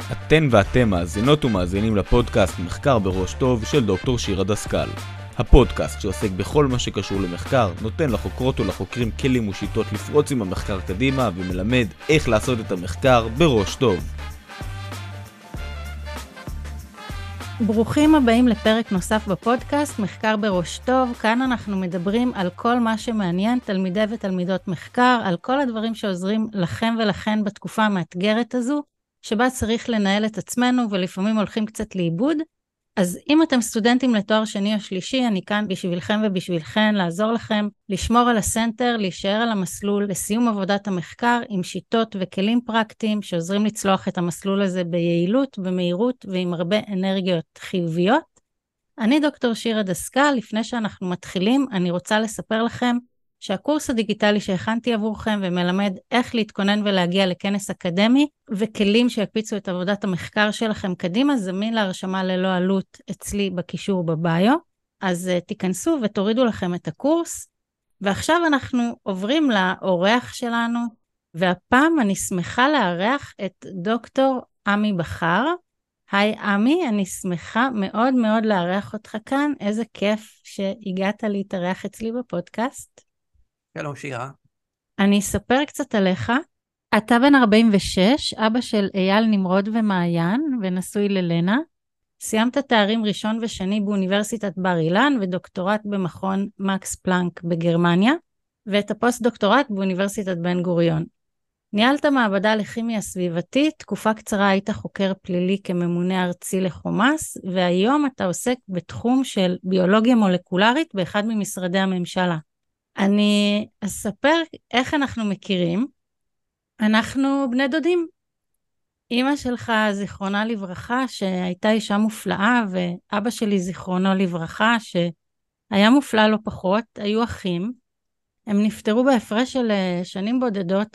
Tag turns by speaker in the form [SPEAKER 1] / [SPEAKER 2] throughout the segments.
[SPEAKER 1] אתן ואתם מאזינות ומאזינים לפודקאסט מחקר בראש טוב של דוקטור שירה דסקל. הפודקאסט שעוסק בכל מה שקשור למחקר, נותן לחוקרות ולחוקרים כלים ושיטות לפרוץ עם המחקר קדימה ומלמד איך לעשות את המחקר בראש טוב.
[SPEAKER 2] ברוכים הבאים לפרק נוסף בפודקאסט מחקר בראש טוב. כאן אנחנו מדברים על כל מה שמעניין תלמידי ותלמידות מחקר, על כל הדברים שעוזרים לכם ולכן בתקופה המאתגרת הזו, שבה צריך לנהל את עצמנו ולפעמים הולכים קצת לאיבוד. אז אם אתם סטודנטים לתואר שני או שלישי, אני כאן בשבילכם ובשבילכן לעזור לכם לשמור על הסנטר, להישאר על המסלול לסיום עבודת המחקר עם שיטות וכלים פרקטיים שעוזרים לצלוח את המסלול הזה ביעילות, במהירות ועם הרבה אנרגיות חיוביות. אני דוקטור שירה דסקל. לפני שאנחנו מתחילים, אני רוצה לספר לכם שהקורס הדיגיטלי שהכנתי עבורכם ומלמד איך להתכונן ולהגיע לכנס אקדמי וכלים שיקפיצו את עבודת המחקר שלכם קדימה, זמין להרשמה ללא עלות אצלי בקישור בביו. אז תיכנסו ותורידו לכם את הקורס. ועכשיו אנחנו עוברים לאורח שלנו, והפעם אני שמחה לארח את דוקטור עמי בכר. היי עמי, אני שמחה מאוד מאוד לארח אותך כאן. איזה כיף שהגעת להתארח אצלי בפודקאסט.
[SPEAKER 3] שלום שירה.
[SPEAKER 2] אני אספר קצת עליך. אתה בן 46, אבא של אייל נמרוד ומעיין, ונשוי ללנה. סיימת תארים ראשון ושני באוניברסיטת בר אילן, ודוקטורט במכון מקס פלנק בגרמניה, ואת הפוסט-דוקטורט באוניברסיטת בן גוריון. ניהלת מעבדה לכימיה סביבתית, תקופה קצרה היית חוקר פלילי כממונה ארצי לחומאס, והיום אתה עוסק בתחום של ביולוגיה מולקולרית באחד ממשרדי הממשלה. אני אספר איך אנחנו מכירים. אנחנו בני דודים. אמא שלך זיכרונה לברכה שהייתה אישה מופלאה, ואבא שלי זיכרונו לברכה שהיה מופלא לא פחות, היו אחים. הם נפטרו בהפרש של שנים בודדות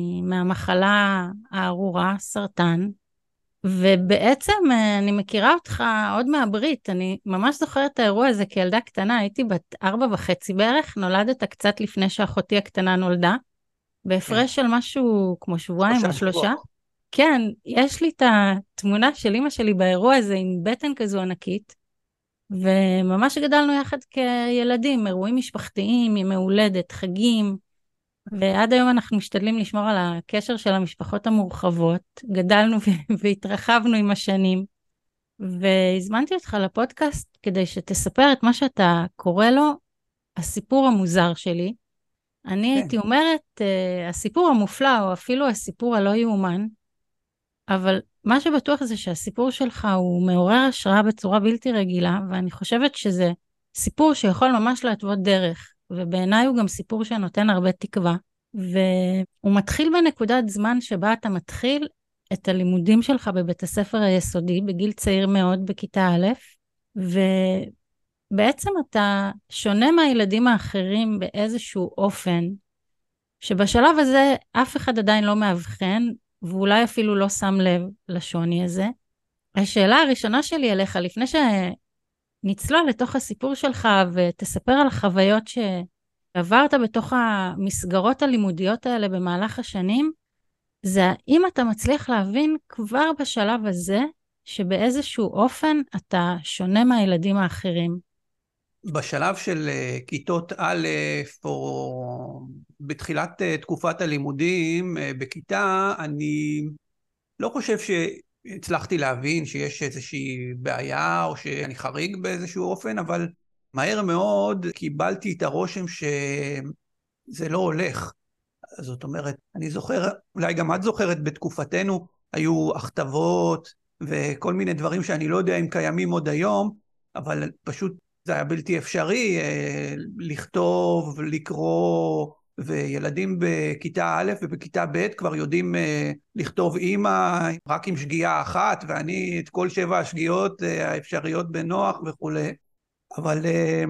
[SPEAKER 2] מהמחלה הארורה, סרטן. ובעצם אני מכירה אותך עוד מהברית. אני ממש זוכרת את האירוע הזה כילדה קטנה, הייתי בת 4.5 בערך, נולדת קצת לפני שאחותי הקטנה נולדה, בהפרש של משהו כמו שבועיים או 3. כן, יש לי את התמונה של אמא שלי באירוע הזה עם בטן כזו ענקית, וממש גדלנו יחד כילדים, אירועים משפחתיים, ימי הולדת, חגים, ועד היום אנחנו משתדלים לשמור על הקשר של המשפחות המורחבות. גדלנו והתרחבנו עם השנים, והזמנתי אותך לפודקאסט כדי שתספר את מה שאתה קורא לו הסיפור המוזר שלי. אני הייתי אומרת הסיפור המופלא, או אפילו הסיפור הלא יאומן, אבל מה שבטוח זה שהסיפור שלך הוא מעורר השראה בצורה בלתי רגילה, ואני חושבת שזה סיפור שיכול ממש להתוות דרך, ובעיניי הוא גם סיפור שנותן הרבה תקווה, והוא מתחיל בנקודת זמן שבה אתה מתחיל את הלימודים שלך בבית הספר היסודי, בגיל צעיר מאוד בכיתה א', ובעצם אתה שונה מהילדים האחרים באיזשהו אופן, שבשלב הזה אף אחד עדיין לא מאבחן, ואולי אפילו לא שם לב לשוני הזה. השאלה הראשונה שלי אליך, לפני שנצלול לתוך הסיפור שלך ותספר על החוויות שעברת בתוך המסגרות הלימודיות האלה במהלך השנים, זה האם אתה מצליח להבין כבר בשלב הזה שבאיזשהו אופן אתה שונה מהילדים האחרים?
[SPEAKER 3] בשלב של כיתות א' או בתחילת תקופת הלימודים בכיתה, אני לא חושב שהצלחתי להבין שיש איזושהי בעיה או שאני חריג באיזשהו אופן, אבל מהר מאוד קיבלתי את הרושם שזה לא הולך. זאת אומרת, אני זוכר, אולי גם את זוכרת, בתקופתנו היו הכתבות וכל מיני דברים שאני לא יודע אם קיימים עוד היום, אבל פשוט זה היה בלתי אפשרי לכתוב, לקרוא, וילדים בכיתה א' ובכיתה ב' כבר יודעים לכתוב אמא רק עם שגיאה אחת, ואני את כל 7 השגיאות האפשריות בנוח וכו'. אבל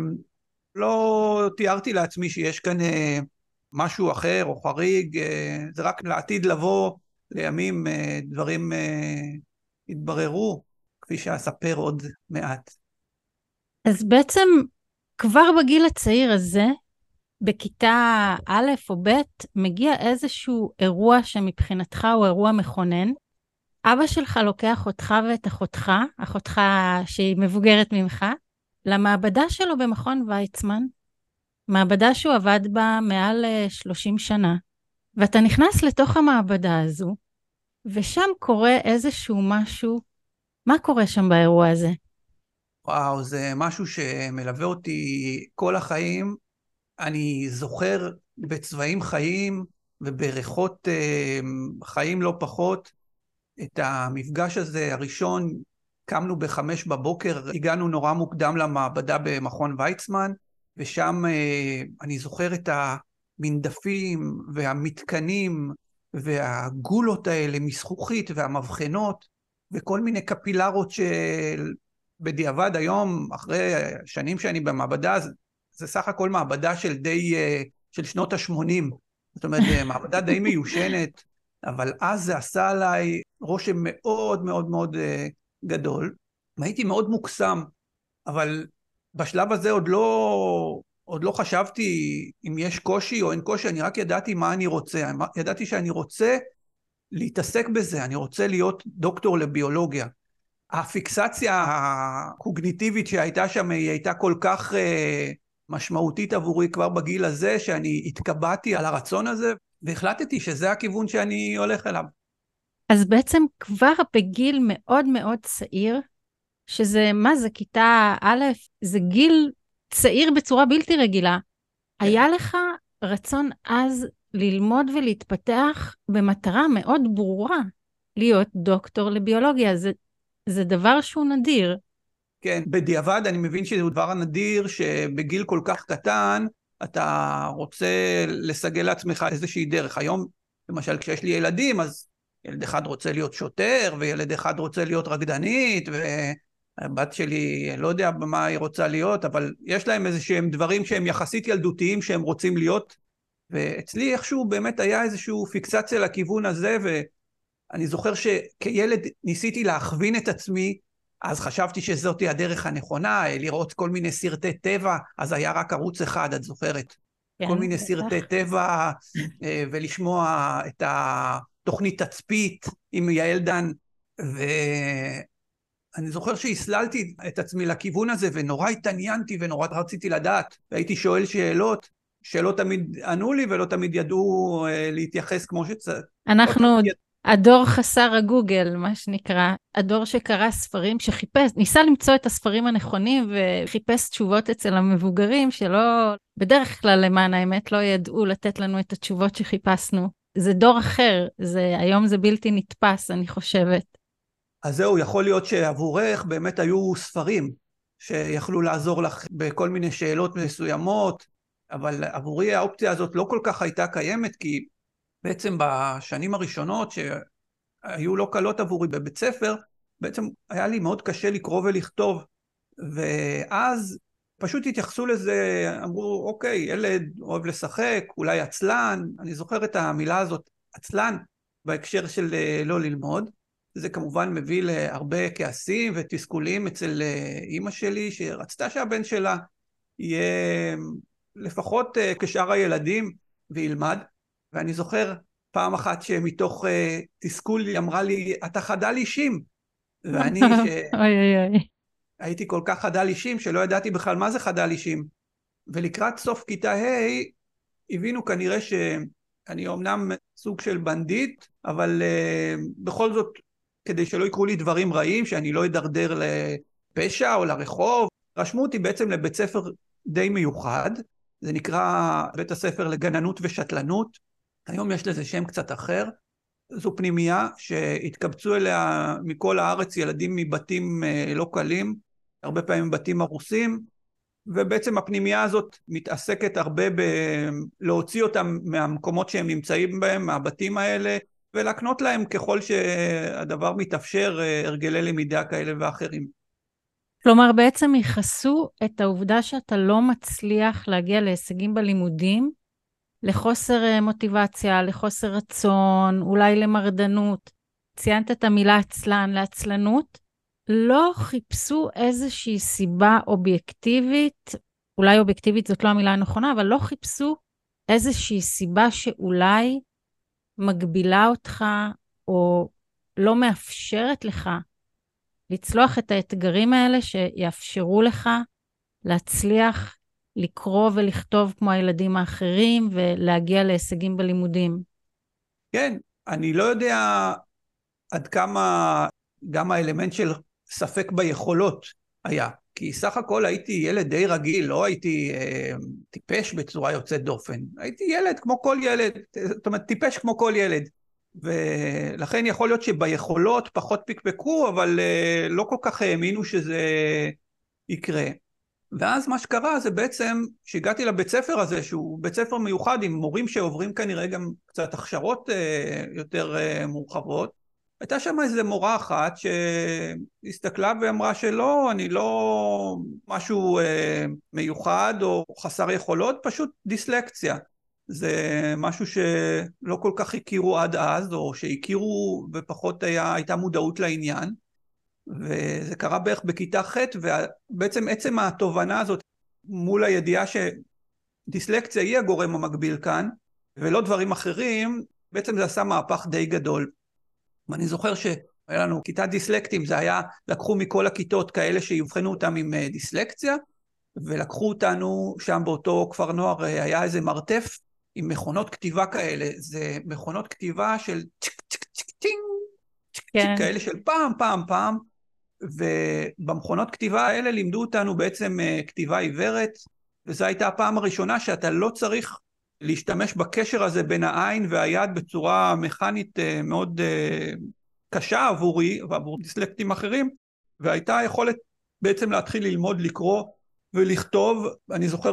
[SPEAKER 3] לא תיארתי לעצמי שיש כאן משהו אחר או חריג, זה רק לעתיד לבוא, לימים דברים התבררו, כפי שאספר עוד מעט.
[SPEAKER 2] אז בעצם כבר בגיל הצעיר הזה, בכיתה א' או ב', מגיע איזשהו אירוע שמבחינתך הוא אירוע מכונן. אבא שלך לוקח אותך ואת אחותך שהיא מבוגרת ממך, למעבדה שלו במכון ויצמן, מעבדה שהוא עבד בה מעל 30 שנה, ואתה נכנס לתוך המעבדה הזו, ושם קורה איזשהו משהו. מה קורה שם באירוע הזה?
[SPEAKER 3] וואו, זה משהו שמלווה אותי כל החיים. אני זוכר בצבעים חיים ובריחות חיים לא פחות את המפגש הזה הראשון. קמנו ב5:00 הגענו נורא מוקדם למעבדה במכון ויצמן, ושם אני זוכר את המנדפים והמתקנים והגולות האלה מזכוכית והמבחנות וכל מיני קפילרות שבדיעבד היום, אחרי שנים שאני במעבדה, זה סך הכל מעבדה של שנות ה-80. זאת אומרת, מעבדה די מיושנת, אבל אז זה עשה עליי רושם מאוד מאוד מאוד גדול. הייתי מאוד מוקסם, אבל בשלב הזה עוד לא חשבתי אם יש קושי או אין קושי, אני רק ידעתי מה אני רוצה. ידעתי שאני רוצה להתעסק בזה, אני רוצה להיות דוקטור לביולוגיה. הפיקסציה הקוגניטיבית שהייתה שם היא הייתה כל כך משמעותית עבורי כבר בגיל הזה, שאני התקבעתי על הרצון הזה, והחלטתי שזה הכיוון שאני הולך אליו.
[SPEAKER 2] אז בעצם כבר בגיל מאוד מאוד צעיר, שזה, מה זה, כיתה א', זה גיל צעיר בצורה בלתי רגילה. היה לך רצון אז ללמוד ולהתפתח במטרה מאוד ברורה, להיות דוקטור לביולוגיה. זה דבר שהוא נדיר.
[SPEAKER 3] כן, בדיעבד אני מבין שזה דבר הנדיר, שבגיל כל כך קטן, אתה רוצה לסגל לעצמך איזושהי דרך. היום, למשל, כשיש לי ילדים, אז ילד אחד רוצה להיות שוטר, וילד אחד רוצה להיות רקדנית, והבת שלי לא יודע במה היא רוצה להיות, אבל יש להם איזשהם דברים שהם יחסית ילדותיים שהם רוצים להיות, ואצלי איכשהו באמת היה איזשהו פיקסציה לכיוון הזה, ואני זוכר שכילד ניסיתי להכווין את עצמי, אז חשבתי שזאתי הדרך הנכונה, לראות כל מיני סרטי טבע, אז היה רק ערוץ אחד, את זוכרת?
[SPEAKER 2] כן,
[SPEAKER 3] כל מיני
[SPEAKER 2] בטח.
[SPEAKER 3] סרטי טבע, ולשמוע את התוכנית תצפית עם יעל דן, ואני זוכר שהסללתי את עצמי לכיוון הזה, ונורא התעניינתי ונורא רציתי לדעת, והייתי שואל שאלות, שלא תמיד ענו לי ולא תמיד ידעו להתייחס כמו שצריך.
[SPEAKER 2] אנחנו הדור חסר הגוגל, מה שנקרא, הדור שקרא ספרים, שחיפש, ניסה למצוא את הספרים הנכונים, וחיפש תשובות אצל המבוגרים, שלא, בדרך כלל למען האמת, לא ידעו לתת לנו את התשובות שחיפשנו. זה דור אחר, היום זה בלתי נתפס, אני חושבת.
[SPEAKER 3] אז זהו, יכול להיות שעבורך באמת היו ספרים, שיכלו לעזור לך בכל מיני שאלות מסוימות, אבל עבורי האופציה הזאת לא כל כך הייתה קיימת, כי בעצם בשנים הראשונות שהיו לא קלות עבורי בבית ספר, בעצם היה לי מאוד קשה לקרוא ולכתוב, ואז פשוט התייחסו לזה, אמרו, אוקיי, ילד אוהב לשחק, אולי עצלן, אני זוכר את המילה הזאת, עצלן, בהקשר של לא ללמוד, זה כמובן מביא להרבה כעסים ותסכולים אצל אמא שלי, שרצתה שהבן שלה יהיה לפחות כשאר הילדים וילמד, ואני זוכר פעם אחת שמתוך תסכול היא אמרה לי, אתה חדל אישים, ואני שהייתי כל כך חדל אישים שלא ידעתי בכלל מה זה חדל אישים, ולקראת סוף כיתה ה' הבינו כנראה שאני אומנם סוג של בנדיט, אבל בכל זאת כדי שלא יקרו לי דברים רעים, שאני לא אדרדר לפשע או לרחוב, רשמו אותי בעצם לבית ספר די מיוחד, זה נקרא בית הספר לגננות ושתלנות, היום יש לזה שם קצת אחר, זו פנימייה שהתקבצו אליה מכל הארץ ילדים מבתים לא קלים, הרבה פעמים בתים הרוסים, ובעצם הפנימייה הזאת מתעסקת הרבה להוציא אותם מהמקומות שהם נמצאים בהם, מהבתים האלה, ולהקנות להם ככל שהדבר מתאפשר הרגלי למידה כאלה ואחרים.
[SPEAKER 2] כלומר, בעצם ייחסו את העובדה שאתה לא מצליח להגיע להישגים בלימודים, לחוסר מוטיבציה, לחוסר רצון, אולי למרדנות. ציינת את המילה עצלן, לעצלנות. לא חיפשו איזושהי סיבה אובייקטיבית, אולי אובייקטיבית זאת לא המילה הנכונה, אבל לא חיפשו איזושהי סיבה שאולי מגבילה אותך, או לא מאפשרת לך לצלוח את האתגרים האלה שיאפשרו לך להצליח לקרוא ולכתוב כמו הילדים האחרים ולהגיע להישגים בלימודים.
[SPEAKER 3] כן, אני לא יודע עד כמה גם האלמנט של ספק ביכולות היה. כי סך הכל הייתי ילד די רגיל, לא הייתי טיפש בצורה יוצאת דופן. הייתי ילד כמו כל ילד, זאת אומרת טיפש כמו כל ילד. ולכן יכול להיות שביכולות פחות פקפקו, אבל לא כל כך האמינו שזה יקרה. ואז מה שקרה זה בעצם שהגעתי לבית ספר הזה, שהוא בית ספר מיוחד עם מורים שעוברים כנראה גם קצת הכשרות יותר מורחבות. הייתה שם איזו מורה אחת שהסתכלה ואמרה שלא, אני לא משהו מיוחד או חסר יכולות, פשוט דיסלקציה. זה משהו שלא כל כך הכירו עד אז, או שהכירו ופחות הייתה מודעות לעניין. וזה קרה בערך בכיתה ח', ובעצם עצם התובנה הזאת מול הידיעה שדיסלקציה היא הגורם המקביל כאן, ולא דברים אחרים, בעצם זה עשה מהפך די גדול. ואני זוכר שהיה לנו כיתת דיסלקטים, זה היה, לקחו מכל הכיתות כאלה שיבחנו אותם עם דיסלקציה, ולקחו אותנו שם באותו כפר נוער, היה איזה מרתף עם מכונות כתיבה כאלה, זה מכונות כתיבה של צ'יק צ'יק צ'יק טינג, צ'יק צ'יק כאלה של פעם, ובמכונות כתיבה האלה לימדו אותנו בעצם כתיבה עיוורת, וזו הייתה הפעם הראשונה שאתה לא צריך להשתמש בקשר הזה בין העין והיד בצורה מכנית מאוד קשה עבורי ועבור דיסלקטים אחרים, והייתה יכולת בעצם להתחיל ללמוד לקרוא ולכתוב. אני זוכר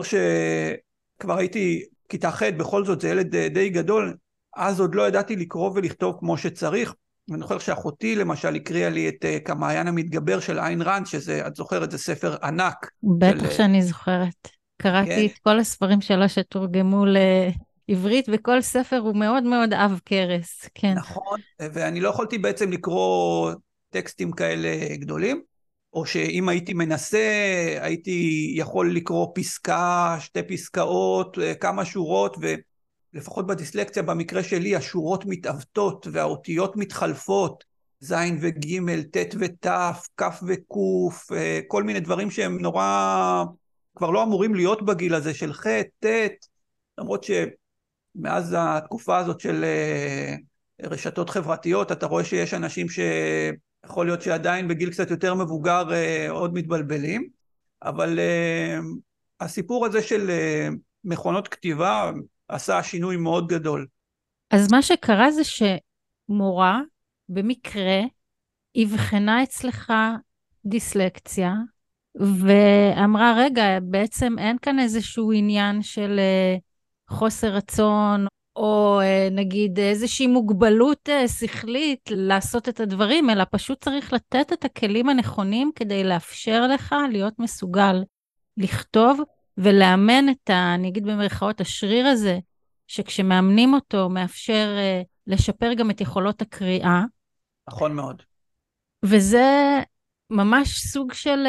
[SPEAKER 3] שכבר הייתי כיתה ח', בכל זאת זה ילד די גדול, אז עוד לא ידעתי לקרוא ולכתוב כמו שצריך. אני זוכר שאחותי למשל הקריאה לי את כמעיין המתגבר של איין רנד, שזה, את זוכרת, זה ספר ענק.
[SPEAKER 2] בטח שאני זוכרת. קראתי את כל הספרים שלו שתורגמו לעברית, וכל ספר הוא מאוד מאוד עב כרס. כן.
[SPEAKER 3] נכון, ואני לא יכולתי בעצם לקרוא טקסטים כאלה גדולים, או שאם הייתי מנסה, הייתי יכול לקרוא פסקה, 2 פסקאות, כמה שורות, ולפחות בדיסלקציה, במקרה שלי, השורות מתעוותות והאותיות מתחלפות, זין וג', ט' ות', כ' וק', כל מיני דברים שהם נורא, כבר לא אמורים להיות בגיל הזה של ח', ט', למרות שמאז התקופה הזאת של רשתות חברתיות, אתה רואה שיש אנשים שיכול להיות שעדיין בגיל קצת יותר מבוגר עוד מתבלבלים, אבל הסיפור הזה של מכונות כתיבה עשה שינוי מאוד גדול.
[SPEAKER 2] אז מה שקרה זה שמורה במקרה הבחנה אצלך דיסלקציה, ואמרה, רגע, בעצם אין כאן איזשהו עניין של חוסר רצון, או נגיד איזושהי מוגבלות שכלית לעשות את הדברים, אלא פשוט צריך לתת את הכלים הנכונים כדי לאפשר לך להיות מסוגל לכתוב ולאמן את אני אגיד במרכאות השריר הזה, שכשמאמנים אותו מאפשר לשפר גם את יכולות הקריאה.
[SPEAKER 3] נכון מאוד.
[SPEAKER 2] וזה ממש סוג של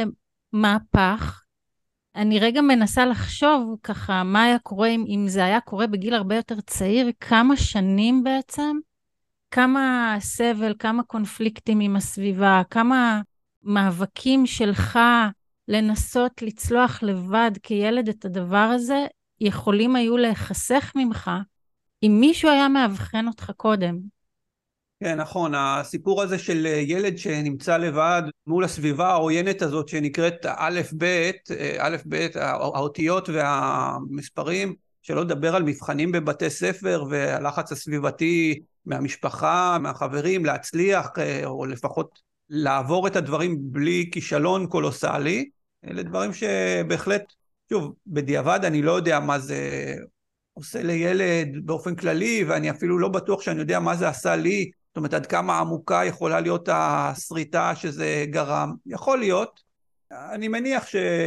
[SPEAKER 2] מהפך. אני רגע מנסה לחשוב ככה, מה היה קורה אם זה היה קורה בגיל הרבה יותר צעיר, כמה שנים בעצם, כמה סבל, כמה קונפליקטים עם הסביבה, כמה מאבקים שלך לנסות לצלוח לבד כילד את הדבר הזה, יכולים היו להיחסך ממך, אם מישהו היה מאבחן אותך קודם.
[SPEAKER 3] כן, נכון, הסיפור הזה של ילד שנמצא לבד מול הסביבה העוינת הזאת שנקראת א' ב', האותיות והמספרים, שלא לדבר על מבחנים בבתי ספר והלחץ הסביבתי מהמשפחה, מהחברים, להצליח או לפחות לעבור את הדברים בלי כישלון קולוסלי, אלה דברים שבהחלט, שוב, בדיעבד אני לא יודע מה זה עושה לילד באופן כללי, ואני אפילו לא בטוח שאני יודע מה זה עשה לי, זאת אומרת, עד כמה עמוקה יכולה להיות הסריטה שזה גרם. יכול להיות. אני מניח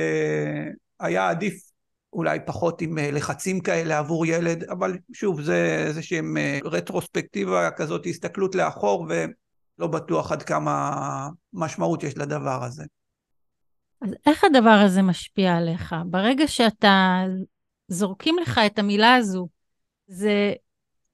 [SPEAKER 3] שהיה עדיף אולי פחות עם לחצים כאלה עבור ילד, אבל שוב, זה איזושהי רטרוספקטיבה כזאת, הסתכלות לאחור, ולא בטוח עד כמה משמעות יש לדבר הזה.
[SPEAKER 2] אז איך הדבר הזה משפיע עליך? ברגע שאתה זורקים לך את המילה הזו, זה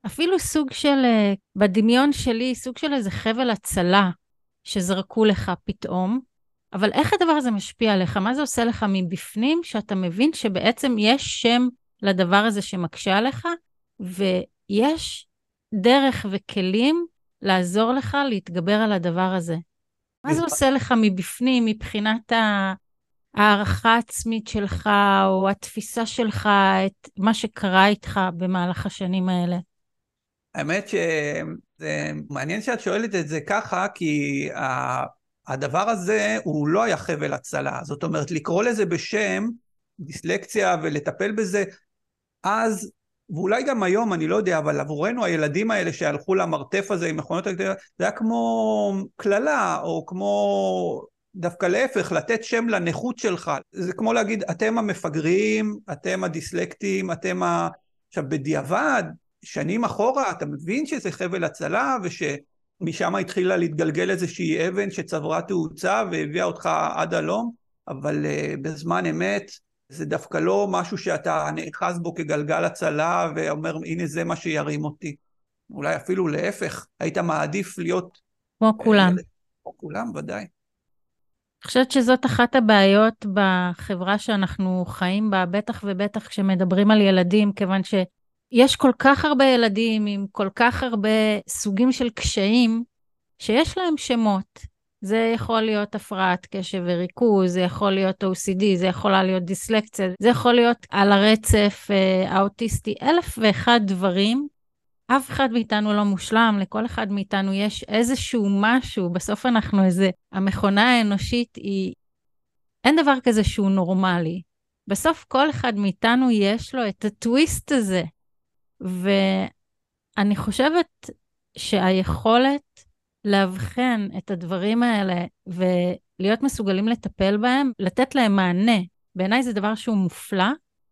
[SPEAKER 2] אפילו סוג של, בדמיון שלי, סוג של איזה חבל הצלה שזרקו לך פתאום, אבל איך הדבר הזה משפיע עליך? מה זה עושה לך מבפנים, שאתה מבין שבעצם יש שם לדבר הזה שמקשה עליך, ויש דרך וכלים לעזור לך להתגבר על הדבר הזה. מה זה עושה לך מבפנים, מבחינת הערכה העצמית שלך, או התפיסה שלך, את מה שקרה איתך במהלך השנים האלה?
[SPEAKER 3] האמת שזה מעניין שאת שואלת את זה ככה, כי הדבר הזה הוא לא היה חבל הצלה. זאת אומרת, לקרוא לזה בשם, דיסלקציה, ולטפל בזה, אז, ואולי גם היום, אני לא יודע, אבל עבורנו הילדים האלה שהלכו למרתף הזה עם מכונות הגדולות, זה היה כמו כללה, או כמו דווקא להפך, לתת שם לנכות שלך. זה כמו להגיד, אתם המפגרים, אתם הדיסלקטים, עכשיו, בדיעבד, שנים אחורה, אתה מבין שזה חבל הצלה, ושמשם התחילה להתגלגל איזושהי אבן שצברה תאוצה, והביאה אותך עד הלום, אבל בזמן אמת, זה דווקא לא משהו שאתה נאחז בו כגלגל הצלה, ואומר, הנה זה מה שירים אותי. אולי אפילו להפך, היית מעדיף להיות...
[SPEAKER 2] כמו כולם.
[SPEAKER 3] כמו כולם, ודאי.
[SPEAKER 2] אני חושבת שזאת אחת הבעיות בחברה שאנחנו חיים בה, בטח ובטח כשמדברים על ילדים, כיוון שיש כל כך הרבה ילדים עם כל כך הרבה סוגים של קשיים, שיש להם שמות. זה יכול להיות הפרעת קשב וריכוז, זה יכול להיות OCD, זה יכולה להיות דיסלקציה, זה יכול להיות על הרצף האוטיסטי, 1,001 דברים. אף אחד מאיתנו לא מושלם, לכל אחד מאיתנו יש איזשהו משהו, בסוף אנחנו המכונה האנושית היא, אין דבר כזה שהוא נורמלי. בסוף כל אחד מאיתנו יש לו את הטוויסט הזה, ואני חושבת שהיכולת להבחן את הדברים האלה ולהיות מסוגלים לטפל בהם, לתת להם מענה, בעיניי זה דבר שהוא מופלא,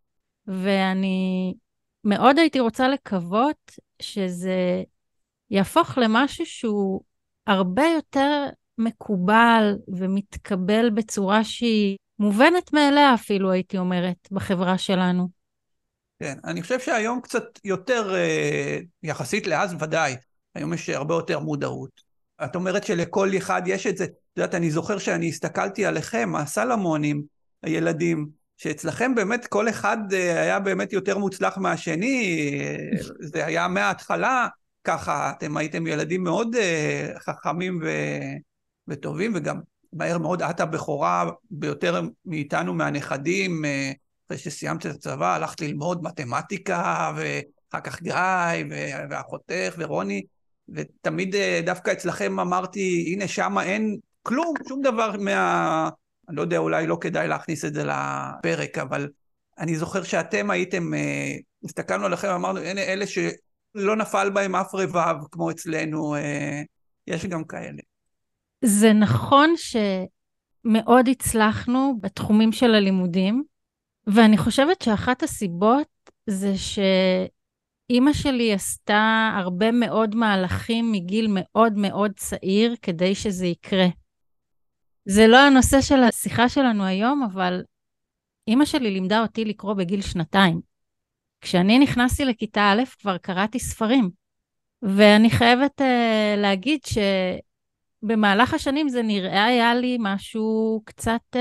[SPEAKER 2] ואני מאוד הייתי רוצה לקוות שזה יהפוך למשהו שהוא הרבה יותר מקובל ומתקבל בצורה שהיא מובנת מאליה אפילו, הייתי אומרת, בחברה שלנו.
[SPEAKER 3] כן, אני חושב שהיום קצת יותר, יחסית לאז ודאי, היום יש הרבה יותר מודעות. את אומרת שלכל אחד יש את זה. את יודעת, אני זוכר שאני הסתכלתי עליכם, הסלמונים, הילדים, שאצלכם באמת כל אחד היה באמת יותר מוצלח מהשני, זה היה מההתחלה ככה, אתם הייתם ילדים מאוד חכמים וטובים, וגם מהר מאוד את הבכורה ביותר מאיתנו מהנכדים, אחרי שסיימת את הצבא, הלכת ללמוד מתמטיקה, ואחר כך גיא, ואחותך ורוני, ותמיד דווקא אצלכם אמרתי, הנה שמה אין כלום, שום דבר אני לא יודע, אולי לא כדאי להכניס את זה לפרק, אבל אני זוכר שאתם הייתם, הסתכלנו עליכם, אמרנו, הנה אלה שלא נפל בהם אף רבב, כמו אצלנו, יש גם כאלה.
[SPEAKER 2] זה נכון שמאוד הצלחנו בתחומים של הלימודים, ואני חושבת שאחת הסיבות זה שאימא שלי עשתה הרבה מאוד מהלכים מגיל מאוד מאוד צעיר כדי שזה יקרה. זה לא הנושא של השיחה שלנו היום, אבל אימא שלי לימדה אותי לקרוא בגיל 2. כשאני נכנסתי לכיתה א' כבר קראתי ספרים, ואני חייבת להגיד שבמהלך השנים זה נראה היה לי משהו קצת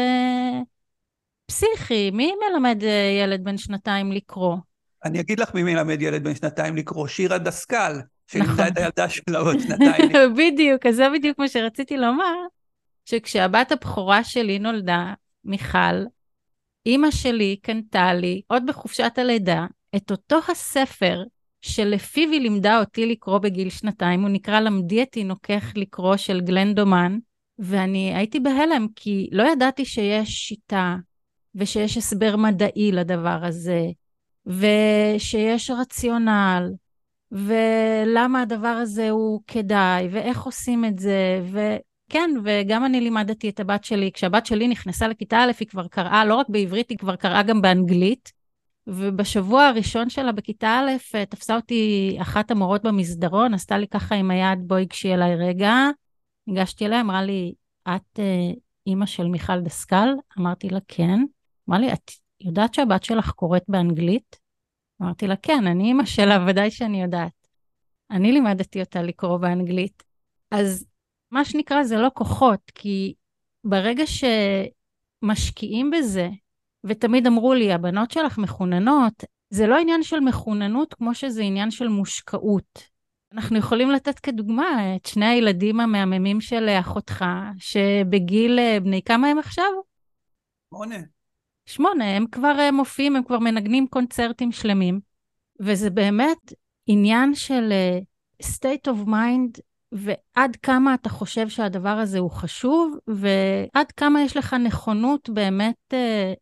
[SPEAKER 2] פסיכי. מי מלמד ילד בן 2 לקרוא?
[SPEAKER 3] אני אגיד לך מי מלמד ילד בן 2 לקרוא, שירה דסקל, שלימדה את הילדה שלה עוד 2.
[SPEAKER 2] בדיוק, אז זה בדיוק מה שרציתי לומר, שכשהבת הבכורה שלי נולדה, מיכל, אמא שלי קנתה לי, עוד בחופשת הלידה, את אותו הספר שלפיו היא לימדה אותי לקרוא בגיל 2, הוא נקרא למדי את תינוקך לקרוא של גלנדומן, ואני הייתי בהלם, כי לא ידעתי שיש שיטה, ושיש הסבר מדעי לדבר הזה, ושיש רציונל, ולמה הדבר הזה הוא כדאי, ואיך עושים את זה, כן, וגם אני לימדתי את הבת שלי, כשהבת שלי נכנסה לכיתה א', היא כבר קראה, לא רק בעברית, היא כבר קראה גם באנגלית, ובשבוע הראשון שלה בכיתה א', תפסה אותי אחת המורות במסדרון, עשתה לי ככה עם היד, בואי גשי אליי רגע, ניגשתי אליה, אמרה לי, את אימא של מיכל דסקל? אמרתי לה, כן. אמרה לי, את יודעת שהבת שלך קוראת באנגלית? אמרתי לה, כן, אני אימא שלה, ודאי שאני יודעת. אני לימדתי אותה לקרוא באנגלית. אז מה שנקרא זה לא כוחות, כי ברגע שמשקיעים בזה, ותמיד אמרו לי, הבנות שלך מחוננות, זה לא עניין של מחוננות כמו שזה עניין של מושקעות. אנחנו יכולים לתת כדוגמה את שני הילדים המהממים של אחותך, שבגיל, בני כמה הם עכשיו?
[SPEAKER 3] 8.
[SPEAKER 2] 8, הם כבר מופיעים, הם כבר מנגנים קונצרטים שלמים, וזה באמת עניין של state of mind, ועד כמה אתה חושב שהדבר הזה הוא חשוב, ועד כמה יש לך נכונות באמת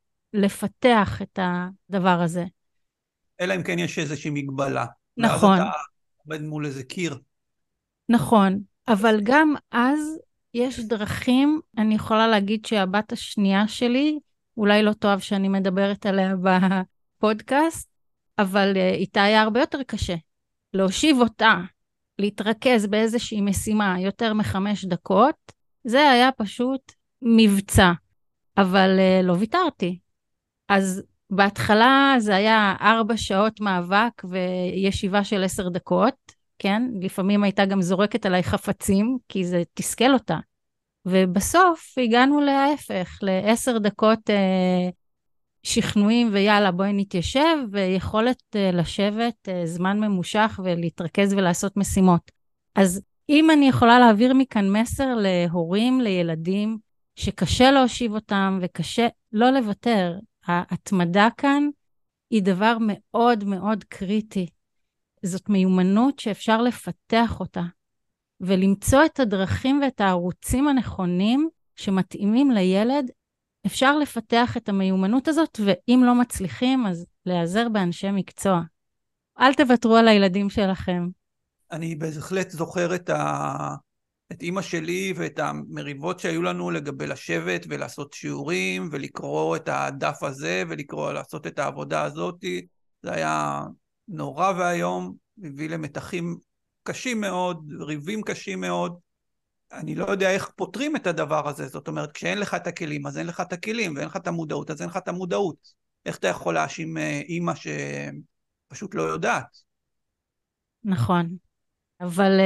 [SPEAKER 2] לפתח את הדבר הזה.
[SPEAKER 3] אלא אם כן יש איזושהי מגבלה.
[SPEAKER 2] נכון.
[SPEAKER 3] ואז אתה עומד מול איזה קיר.
[SPEAKER 2] נכון, אבל גם אז יש דרכים, אני יכולה להגיד שהבת השנייה שלי, אולי לא תאהב שאני מדברת עליה בפודקאסט, אבל איתה היה הרבה יותר קשה. להושיב אותה, להתרכז באיזושהי משימה יותר מ5 דקות, זה היה פשוט מבצע, אבל לא ויתרתי. אז בהתחלה זה היה 4 שעות מאבק וישיבה של 10 דקות, כן? לפעמים הייתה גם זורקת עליי חפצים, כי זה תסכל אותה. ובסוף הגענו להפך, ל10 דקות שכנועים ויאללה בואי נתיישב, ויכולת לשבת זמן ממושך ולהתרכז ולעשות משימות. אז אם אני יכולה להעביר מכאן מסר להורים, לילדים, שקשה להושיב אותם וקשה לא לוותר, ההתמדה כאן היא דבר מאוד מאוד קריטי. זאת מיומנות שאפשר לפתח אותה, ולמצוא את הדרכים ואת הערוצים הנכונים שמתאימים לילד. אפשר לפתח את המיומנות הזאת, ואם לא מצליחים, אז להיעזר באנשי מקצוע. אל תוותרו על הילדים שלכם.
[SPEAKER 3] אני בהחלט זוכר את אמא שלי ואת המריבות שהיו לנו לגבי לשבת ולעשות שיעורים ולקרוא את הדף הזה לעשות את העבודה הזאת. זה היה נורא והיום, הביא למתחים קשים מאוד, ריבים קשים מאוד. אני לא יודע איך פותרים את הדבר הזה. זאת אומרת, כשאין לך את הכלים, אז אין לך את הכלים, ואין לך את המודעות, אז אין לך את המודעות. איך אתה יכול להאשים אמא שפשוט לא יודעת?
[SPEAKER 2] נכון. אבל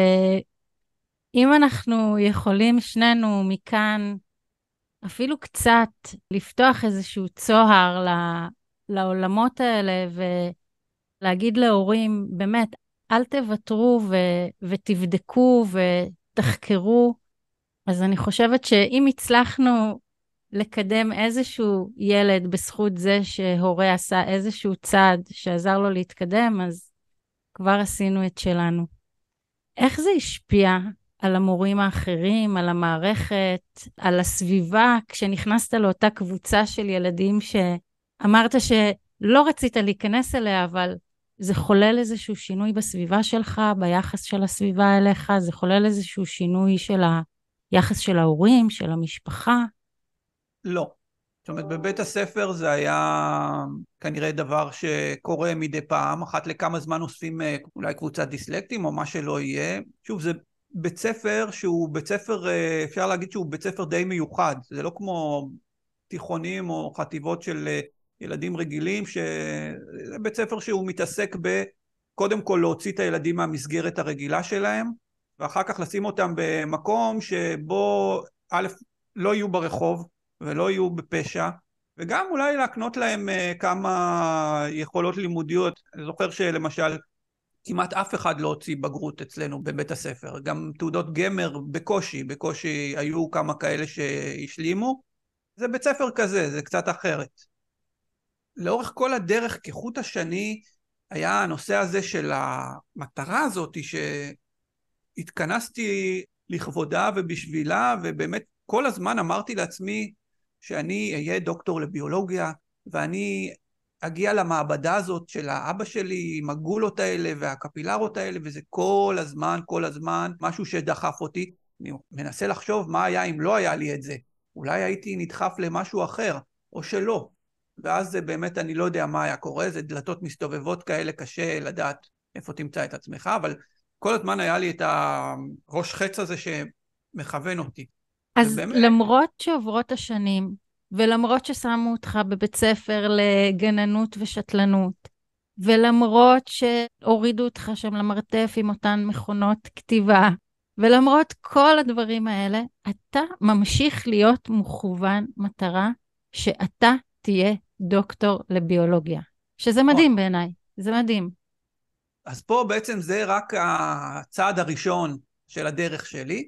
[SPEAKER 2] אם אנחנו יכולים שנינו מכאן אפילו קצת לפתוח איזשהו צוהר לעולמות האלה ולהגיד להורים, באמת, אל תוותרו ותבדקו ותחקרו. אז אני חושבת שאם הצלחנו לקדם איזשהו ילד בזכות זה שהורה עשה איזשהו צעד שעזר לו להתקדם, אז כבר עשינו את שלנו. איך זה השפיע על המורים האחרים, על המערכת, על הסביבה, כשנכנסת לאותה קבוצה של ילדים שאמרת שלא רצית להיכנס אליה, אבל זה חולל איזשהו שינוי בסביבה שלך, ביחס של הסביבה אליך, זה חולל איזשהו שינוי של היחס של ההורים, של המשפחה?
[SPEAKER 3] לא. זאת אומרת, בבית הספר זה היה כנראה דבר שקורה מדי פעם, אחת לכמה זמן אוספים אולי קבוצת דיסלקטים או מה שלא יהיה. שוב, זה בית ספר שהוא בית ספר, אפשר להגיד שהוא בית ספר די מיוחד. זה לא כמו תיכונים או חטיבות של ילדים רגילים, שזה בית ספר שהוא מתעסק קודם כל להוציא את הילדים מהמסגרת הרגילה שלהם, ואחר כך לשים אותם במקום שבו א', לא יהיו ברחוב, ולא יהיו בפשע, וגם אולי להקנות להם כמה יכולות לימודיות. אני זוכר שלמשל, כמעט אף אחד לא הוציא בגרות אצלנו בבית הספר, גם תעודות גמר בקושי היו כמה כאלה שהשלימו. זה בית ספר כזה, זה קצת אחרת. לאורך כל הדרך, כחוט השני, היה הנושא הזה של המטרה הזאת שהתכנסתי לכבודה ובשבילה, ובאמת כל הזמן אמרתי לעצמי, שאני אהיה דוקטור לביולוגיה, ואני אגיע למעבדה הזאת של האבא שלי, עם הגולות האלה והקפילרות האלה, וזה כל הזמן, משהו שדחף אותי. אני מנסה לחשוב מה היה אם לא היה לי את זה. אולי הייתי נדחף למשהו אחר, או שלא. ואז זה באמת, אני לא יודע מה היה קורה, זה דלתות מסתובבות כאלה, קשה לדעת איפה תמצא את עצמך, אבל כל הזמן היה לי את הראש חץ הזה שמכוון אותי.
[SPEAKER 2] אז
[SPEAKER 3] ובאמת,
[SPEAKER 2] למרות שעוברות השנים, ולמרות ששמו אותך בבית ספר לגננות ושתלנות, ולמרות שהורידו אותך שם למרתף עם אותן מכונות כתיבה, ולמרות כל הדברים האלה, אתה ממשיך להיות מוכוון מטרה שאתה תהיה דוקטור לביולוגיה. שזה מדהים בעיניי, זה מדהים.
[SPEAKER 3] אז פה בעצם זה רק הצעד הראשון של הדרך שלי,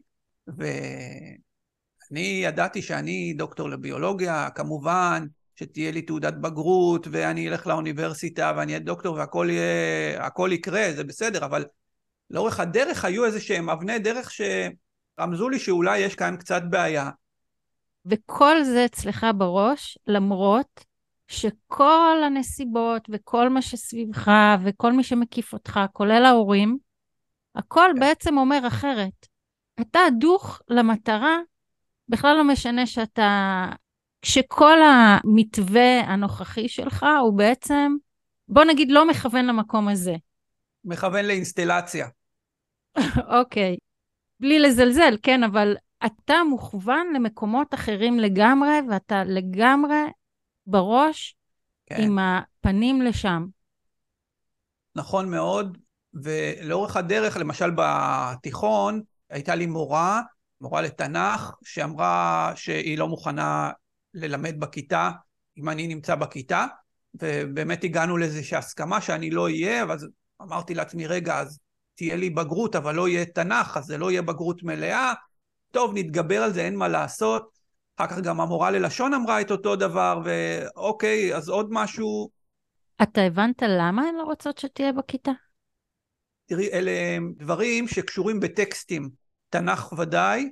[SPEAKER 3] ואני ידעתי שאני דוקטור לביולוגיה, כמובן שתהיה לי תעודת בגרות, ואני אלך לאוניברסיטה, ואני אהיה דוקטור, והכל יקרה, זה בסדר, אבל לאורך הדרך היו איזה שהם אבני דרך שרמזו לי שאולי יש כאן קצת בעיה.
[SPEAKER 2] וכל זה אצלך בראש, למרות שכל הנסיבות וכל מה שסביבך וכל מי שמקיף אותך, כולל ההורים, הכל בעצם אומר אחרת. אתה דוך למטרה, בכלל לא משנה כשכל המתווה הנוכחי שלך הוא בעצם, בוא נגיד, לא מכוון למקום הזה.
[SPEAKER 3] מכוון לאינסטלציה.
[SPEAKER 2] אוקיי. בלי לזלזל, כן, אבל אתה מוכוון למקומות אחרים לגמרי, ואתה לגמרי בראש עם הפנים לשם.
[SPEAKER 3] נכון מאוד, ולאורך הדרך, למשל בתיכון, הייתה לי מורה לתנ"ך, שאמרה שהיא לא מוכנה ללמד בכיתה, אם אני נמצא בכיתה, ובאמת הגענו לאיזושהי הסכמה שאני לא אהיה, ואז אמרתי לעצמי, רגע, אז תהיה לי בגרות, אבל לא יהיה תנ"ך, אז זה לא יהיה בגרות מלאה, טוב, נתגבר על זה, אין מה לעשות. אחר כך גם המורה ללשון אמרה את אותו דבר, ואוקיי, אז עוד משהו.
[SPEAKER 2] אתה הבנת למה הן לא רוצות שתהיה בכיתה?
[SPEAKER 3] תראי, אלה דברים שקשורים בטקסטים, תנ"ך ודאי,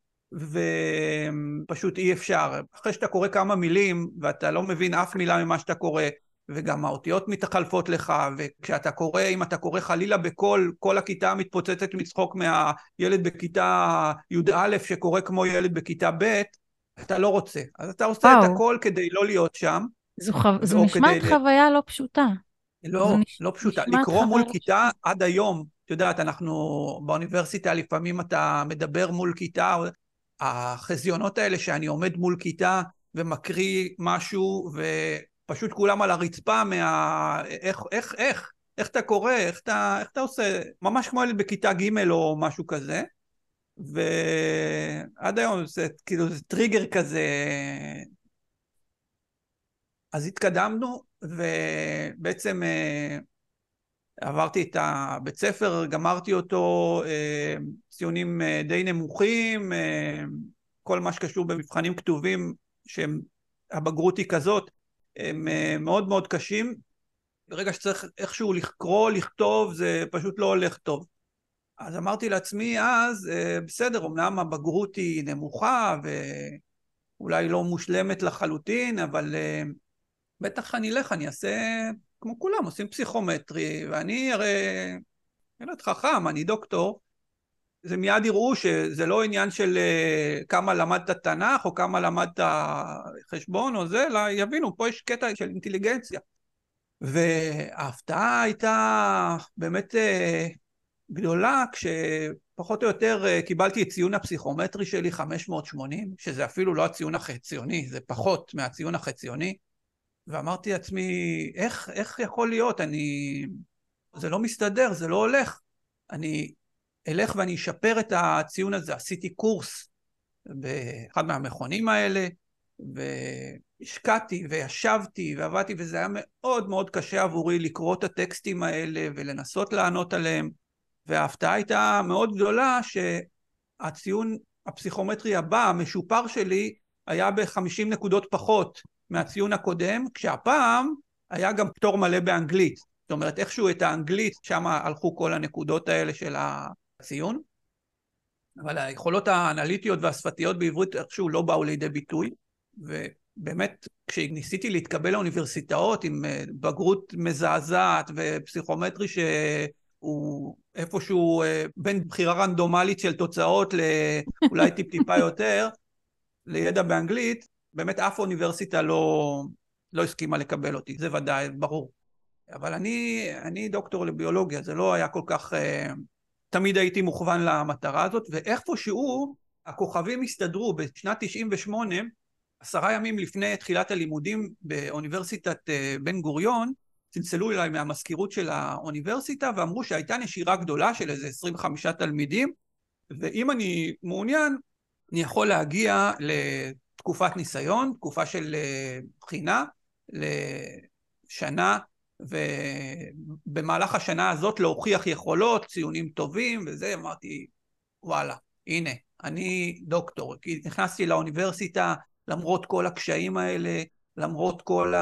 [SPEAKER 3] ופשוט אי אפשר. אחרי שאתה קורא כמה מילים, ואתה לא מבין אף מילה ממה שאתה קורא, וגם האותיות מתחלפות לך, וכשאתה קורא, אם אתה קורא חלילה בכל, כל הכיתה מתפוצצת מצחוק מהילד בכיתה י"א שקורא כמו ילד בכיתה ב', אתה לא רוצה. אז אתה עושה את הכל כדי לא להיות שם.
[SPEAKER 2] זו נשמעת חוויה לא פשוטה.
[SPEAKER 3] לא פשוטה. לקרוא מול כיתה עד היום, את יודעת, אנחנו באוניברסיטה לפעמים אתה מדבר מול כיתה, החזיונות האלה שאני עומד מול כיתה ומקריא משהו ופשוט כולם על הרצפה איך אתה קורא, איך אתה עושה, ממש כמו ילד בכיתה ג' או משהו כזה, ועד היום זה כאילו זה טריגר כזה. אז התקדמנו ובעצם עברתי את הבית ספר, גמרתי אותו, ציונים די נמוכים, כל מה שקשור במבחנים כתובים, שהבגרות היא כזאת, הם מאוד מאוד קשים. ברגע שצריך איכשהו לקרוא, לכתוב, זה פשוט לא הולך טוב. אז אמרתי לעצמי, אז בסדר, אמנם הבגרות היא נמוכה, ואולי לא מושלמת לחלוטין, אבל בטח אני אעשה כמו כולם, עושים פסיכומטרי, ואני הרי ילד חכם, אני דוקטור, זה מיד יראו שזה לא עניין של כמה למדת תנ"ך, או כמה למדת חשבון, או זה, אלא יבינו, פה יש קטע של אינטליגנציה. וההפתעה הייתה באמת גדולה, כשפחות או יותר קיבלתי את ציון הפסיכומטרי שלי 580, שזה אפילו לא הציון החציוני, זה פחות מהציון החציוני, ואמרתי לעצמי, איך יכול להיות? זה לא מסתדר, זה לא הולך. אני אלך ואני אשפר את הציון הזה. עשיתי קורס באחד מהמכונים האלה, והשקעתי וישבתי ועבדתי, וזה היה מאוד מאוד קשה עבורי לקרוא את הטקסטים האלה ולנסות לענות עליהם. וההפתעה הייתה מאוד גדולה שהציון הפסיכומטרי הבא, המשופר שלי, היה ב-50 נקודות פחות מהציון הקודם, כשהפעם היה גם פטור מלא באנגלית. זאת אומרת, איכשהו את האנגלית, שם הלכו כל הנקודות האלה של הציון, אבל היכולות האנליטיות והשפתיות בעברית איכשהו לא באו לידי ביטוי, ובאמת כשניסיתי להתקבל לאוניברסיטאות עם בגרות מזעזעת ופסיכומטרי שהוא איפשהו בין בחירה רנדומלית של תוצאות לאולי טיפה יותר, לידע באנגלית, באמת אף אוניברסיטה לא הסכימה לקבל אותי, זה ודאי, ברור. אבל אני דוקטור לביולוגיה, זה לא היה כל כך, תמיד הייתי מוכוון למטרה הזאת, ואיפשהו הכוכבים הסתדרו. בשנת 98, 10 ימים לפני תחילת הלימודים באוניברסיטת בן גוריון, צלצלו אליי מהמזכירות של האוניברסיטה, ואמרו שהייתה נשירה גדולה של איזה 25 תלמידים, ואם אני מעוניין, אני יכול להגיע לתקופת ניסיון, תקופה של בחינה, לשנה, ובמהלך השנה הזאת להוכיח יכולות, ציונים טובים, וזה, אמרתי, וואלה, הנה, אני דוקטור, כי נכנסתי לאוניברסיטה, למרות כל הקשיים האלה, למרות כל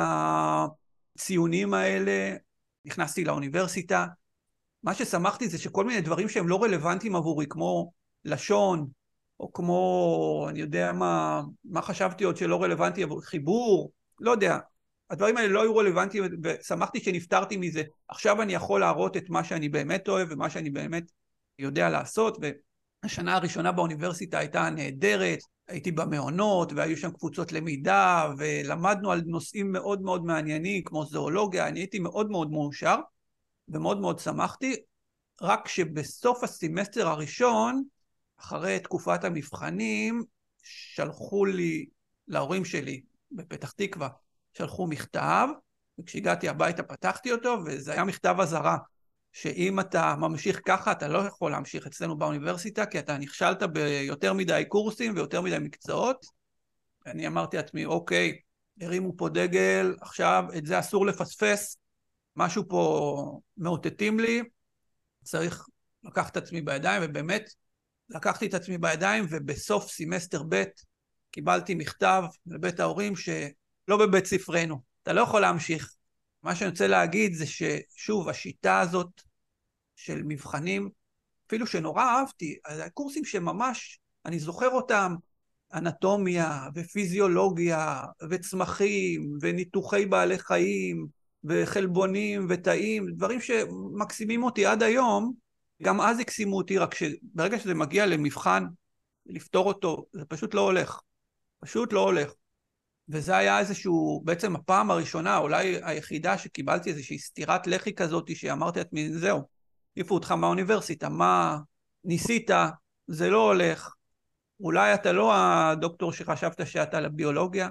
[SPEAKER 3] הציונים האלה, נכנסתי לאוניברסיטה. מה ששמחתי זה שכל מיני דברים שהם לא רלוונטיים עבורי, כמו לשון, או כמו, אני יודע מה חשבתי עוד שלא רלוונטי עבור חיבור, לא יודע. הדברים האלה לא היו רלוונטיים, ושמחתי שנפטרתי מזה. עכשיו אני יכול להראות את מה שאני באמת אוהב, ומה שאני באמת יודע לעשות, והשנה הראשונה באוניברסיטה הייתה נהדרת, הייתי במעונות, והיו שם קבוצות למידה, ולמדנו על נושאים מאוד מאוד מעניינים, כמו זואולוגיה, אני הייתי מאוד מאוד מאושר, ומאוד מאוד שמחתי, רק שבסוף הסמסטר הראשון, אחרי תקופת המבחנים, שלחו לי, להורים שלי, בפתח תקווה, שלחו מכתב, וכשהגעתי הביתה פתחתי אותו, וזה היה מכתב אזהרה, שאם אתה ממשיך ככה, אתה לא יכול להמשיך אצלנו באוניברסיטה, כי אתה נכשלת ביותר מדי קורסים ויותר מדי מקצועות. אני אמרתי לעצמי, אוקיי, הרימו פה דגל, עכשיו את זה אסור לפספס, משהו פה מאותתים לי, צריך לקחת את עצמי בידיים, ובאמת לקחתי את עצמי בידיים, ובסוף סמסטר ב' קיבלתי מכתב לבית ההורים שלא בבית ספרנו, אתה לא יכול להמשיך. מה שאני רוצה להגיד זה ששוב, השיטה הזאת של מבחנים, אפילו שנורא אהבתי, הקורסים שממש, אני זוכר אותם, אנטומיה ופיזיולוגיה וצמחים וניתוחי בעלי חיים וחלבונים ותאים, דברים שמקסימים אותי עד היום, גם אז הקסימו אותי, רק שברגע שזה מגיע למבחן, לפתור אותו, זה פשוט לא הולך. פשוט לא הולך. וזה היה איזשהו, בעצם הפעם הראשונה, אולי היחידה שקיבלתי איזושהי סתירת לחי כזאת, שאמרתי את מי, זהו, העיפו אותך מהאוניברסיטה, מה ניסית, זה לא הולך, אולי אתה לא הדוקטור שחשבת שאתה לביולוגיה,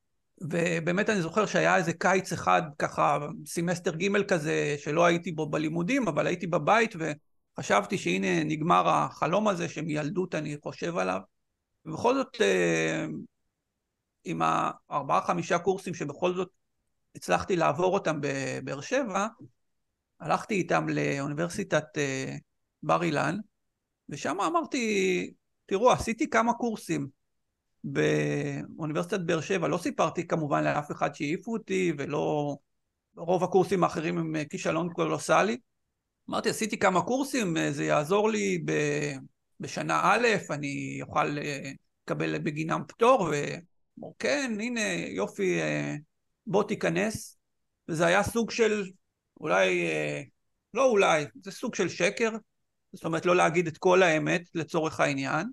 [SPEAKER 3] ובאמת אני זוכר שהיה איזה קיץ אחד, ככה סמסטר ג' כזה, שלא הייתי בו בלימודים, אבל הייתי בבית, וחשבתי שהנה נגמר החלום הזה, שמילדות אני חושב עליו, ובכל זאת, עם 4-5 קורסים שבכל זאת הצלחתי לעבור אותם בבאר שבע, הלכתי איתם לאוניברסיטת בר אילן, ושם אמרתי, תראו, עשיתי כמה קורסים באוניברסיטת באר שבע, לא סיפרתי כמובן לאף אחד שהעיפו אותי, ולא, רוב הקורסים האחרים הם כישלון קולוסלי. אמרתי, עשיתי כמה קורסים, זה יעזור לי בשנה א', אני אוכל לקבל בגינם פטור, ואמרו, כן, הנה, יופי, בוא תיכנס. וזה היה סוג של, אולי, לא אולי, זה סוג של שקר, זאת אומרת, לא להגיד את כל האמת לצורך העניין.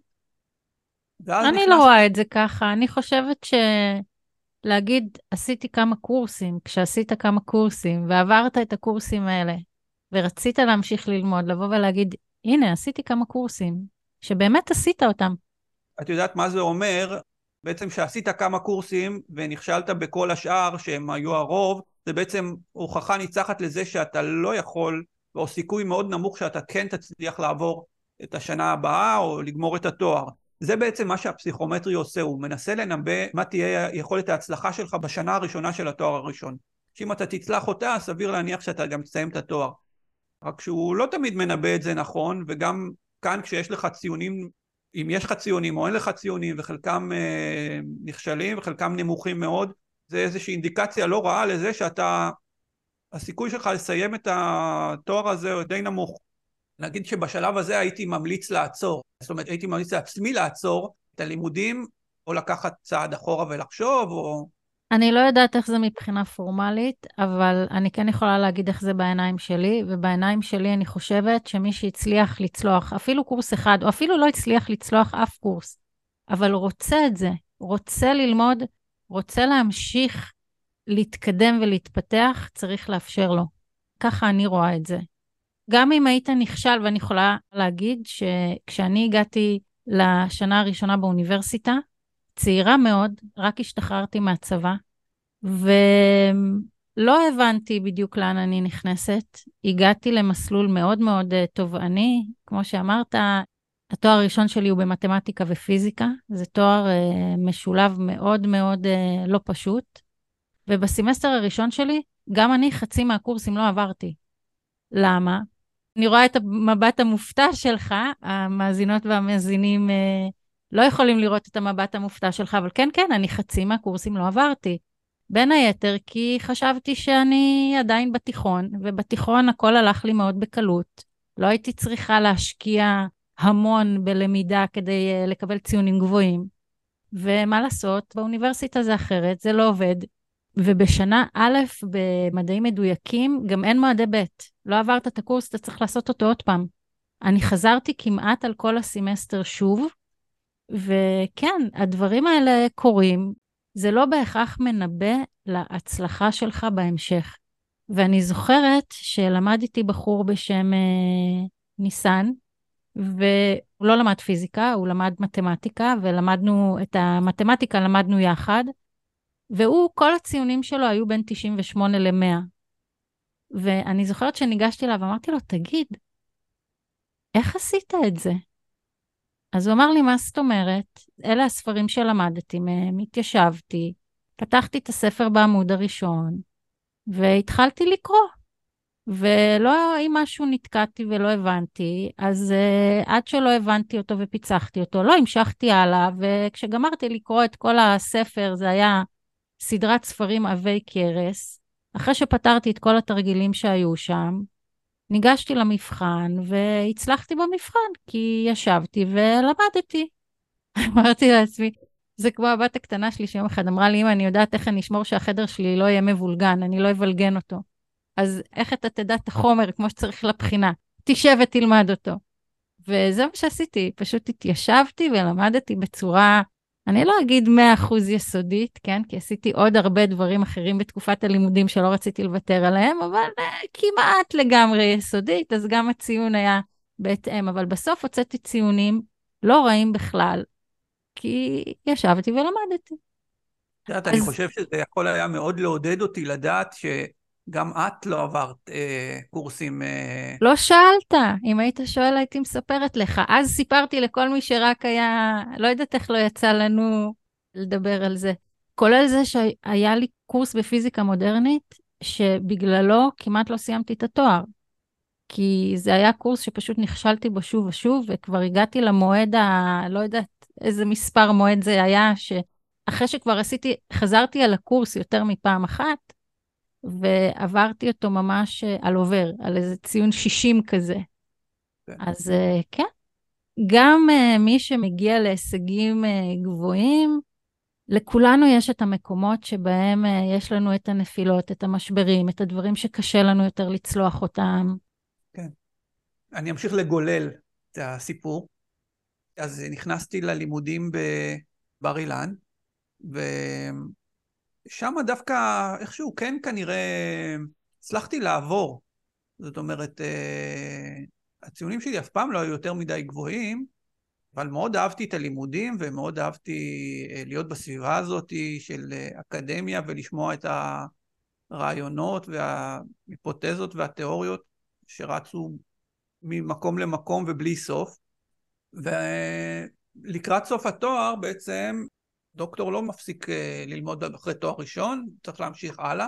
[SPEAKER 2] אני לא רואה את זה ככה, אני חושבת להגיד, עשיתי כמה קורסים, כשעשית כמה קורסים, ועברת את הקורסים האלה, ורצית להמשיך ללמוד, לבוא ולהגיד, הנה, עשיתי כמה קורסים, שבאמת עשית אותם.
[SPEAKER 3] את יודעת מה זה אומר? בעצם שעשית כמה קורסים, ונכשלת בכל השאר, שהם היו הרוב, זה בעצם הוכחה ניצחת לזה שאתה לא יכול, או סיכוי מאוד נמוך שאתה כן תצליח לעבור את השנה הבאה, או לגמור את התואר. זה בעצם מה שהפסיכומטרי עושה, הוא מנסה לנבא מה תהיה יכולת ההצלחה שלך בשנה הראשונה של התואר הראשון. שאם אתה תצלח אותה, סביר להניח שאתה גם תסיים את התואר. רק שהוא לא תמיד מנבא את זה נכון, וגם כאן כשיש לך ציונים, אם יש לך ציונים או אין לך ציונים, וחלקם נכשלים וחלקם נמוכים מאוד, זה איזושהי אינדיקציה לא רעה לזה שאתה, הסיכוי שלך לסיים את התואר הזה הוא די נמוך. נגיד שבשלב הזה הייתי ממליץ לעצור, זאת אומרת הייתי ממליץ לעצמי לעצור את הלימודים, או לקחת צעד אחורה ולחשוב, או...
[SPEAKER 2] אני לא יודעת איך זה מבחינה פורמלית, אבל אני כן יכולה להגיד איך זה בעיניים שלי, ובעיניים שלי אני חושבת שמי שהצליח לצלוח אפילו קורס אחד, או אפילו לא הצליח לצלוח אף קורס, אבל רוצה את זה, רוצה ללמוד, רוצה להמשיך להתקדם ולהתפתח, צריך לאפשר לו. ככה אני רואה את זה. גם אם היית נכשל, ואני יכולה להגיד שכשאני הגעתי לשנה הראשונה באוניברסיטה, צעירה מאוד, רק השתחררתי מהצבא, לא הבנתי בדיוק לאן אני נכנסת. הגעתי למסלול מאוד מאוד תובעני. כמו שאמרת, התואר הראשון שלי הוא במתמטיקה ופיזיקה. זה תואר משולב מאוד מאוד לא פשוט. ובסמסטר הראשון שלי, גם אני חצי מהקורסים לא עברתי. למה? אני רואה את המבט המופתע שלך, המאזינות והמאזינים לא יכולים לראות את המבט המופתע שלך, אבל כן, כן, אני חצי מהקורסים לא עברתי. בין היתר, כי חשבתי שאני עדיין בתיכון, ובתיכון הכל הלך לי מאוד בקלות. לא הייתי צריכה להשקיע המון בלמידה כדי לקבל ציונים גבוהים. ומה לעשות, באוניברסיטה זה אחרת, זה לא עובד. ובשנה א' במדעים מדויקים, גם אין מועדי ב'. לא עברת את הקורס, אתה צריך לעשות אותו עוד פעם. אני חזרתי כמעט על כל הסמסטר שוב, וכן, הדברים האלה קורים, זה לא בהכרח מנבא להצלחה שלך בהמשך. ואני זוכרת שלמדתי בחור בשם ניסן, והוא לא למד פיזיקה, הוא למד מתמטיקה, ולמדנו את המתמטיקה, למדנו יחד, והוא, כל הציונים שלו היו בין 98 ל-100. ואני זוכרת שניגשתי אליו, אמרתי לו, תגיד, איך עשית את זה? אז הוא אמר לי, מה זאת אומרת? אלה הספרים שלמדתי מהם, התיישבתי, פתחתי את הספר בעמוד הראשון, והתחלתי לקרוא. ולא, אם משהו נתקעתי ולא הבנתי, אז עד שלא הבנתי אותו ופיצחתי אותו, לא המשכתי הלאה, וכשגמרתי לקרוא את כל הספר, זה היה סדרת ספרים עבי קרס. אחרי שפתרתי את כל התרגילים שהיו שם, ניגשתי למבחן והצלחתי במבחן, כי ישבתי ולמדתי. אמרתי לעצמי, זה כמו הבת הקטנה שלי שיום אחד אמרה לי, אמא, אני יודעת איך אני אשמור שהחדר שלי לא יהיה מבולגן, אני לא אבלגן אותו. אז איך אתה תדע את החומר כמו שצריך לבחינה? תשב ותלמד אותו. וזה מה שעשיתי, פשוט התיישבתי ולמדתי בצורה, אני לא אגיד 100% יסודית, כן? כי עשיתי עוד הרבה דברים אחרים בתקופת הלימודים שלא רציתי לוותר עליהם, אבל כמעט לגמרי יסודית, אז גם הציון היה בהתאם, אבל בסוף הוצאתי ציונים לא רעים בכלל, כי ישבתי ולמדתי.
[SPEAKER 3] יודעת, אני חושב שזה יכול היה מאוד לעודד אותי לדעת שגם את לא עברת קורסים.
[SPEAKER 2] לא שאלת, אם היית שואל הייתי מספרת לך. אז סיפרתי לכל מי שרק היה, לא יודעת איך לא יצא לנו לדבר על זה. כולל זה שהיה לי קורס בפיזיקה מודרנית, שבגללו כמעט לא סיימתי את התואר. כי זה היה קורס שפשוט נכשלתי בו שוב ושוב, וכבר הגעתי למועד לא יודעת איזה מספר מועד זה היה, שאחרי שכבר חזרתי על הקורס יותר מפעם אחת, ועברתי אותו ממש על עובר, על איזה ציון 60 כזה.
[SPEAKER 3] כן.
[SPEAKER 2] אז כן, גם מי שמגיע להישגים גבוהים, לכולנו יש את המקומות שבהם יש לנו את הנפילות, את המשברים, את הדברים שקשה לנו יותר לצלוח אותם.
[SPEAKER 3] כן. אני אמשיך לגולל את הסיפור. אז נכנסתי ללימודים בבר אילן, ושם דווקא איכשהו כן כנראה הצלחתי לעבור. זאת אומרת, הציונים שלי אף פעם לא היו יותר מדי גבוהים, אבל מאוד אהבתי את הלימודים, ומאוד אהבתי להיות בסביבה הזאת של אקדמיה, ולשמוע את הרעיונות וההיפותזות והתיאוריות שרצו ממקום למקום ובלי סוף. ולקראת סוף התואר בעצם דוקטור לא מפסיק ללמוד אחרי תואר ראשון, צריך להמשיך הלאה,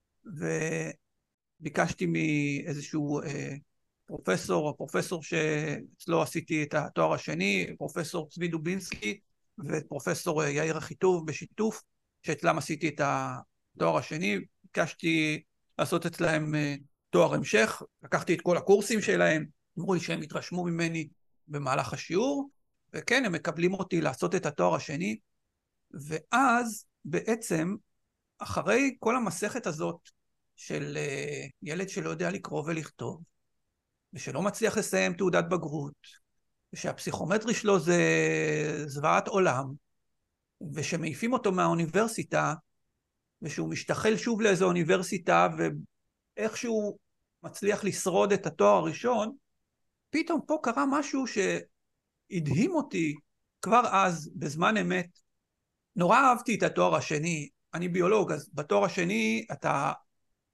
[SPEAKER 3] וביקשתי מאיזשהו פרופסור שאצלו עשיתי את התואר השני, פרופסור צבי דובינסקי ופרופסור יאיר אחיטוב בשיתוף, שאצלם עשיתי את התואר השני, ביקשתי לעשות אצלהם תואר המשך, לקחתי את כל הקורסים שלהם, אמרו לי שהם התרשמו ממני במהלך השיעור, וכן, הם מקבלים אותי לעשות את התואר השני, ואז בעצם, אחרי כל המסכת הזאת של ילד שלא יודע לקרוא ולכתוב, ושלא מצליח לסיים תעודת בגרות, ושהפסיכומטרי שלו זה זוועת עולם, ושמעיפים אותו מהאוניברסיטה, ושהוא משתחל שוב לאיזו אוניברסיטה, ואיכשהו מצליח לשרוד את התואר הראשון, פתאום פה קרה משהו שהדהים אותי כבר אז, בזמן אמת. נורא אהבתי את התואר השני, אני ביולוג, אז בתואר השני אתה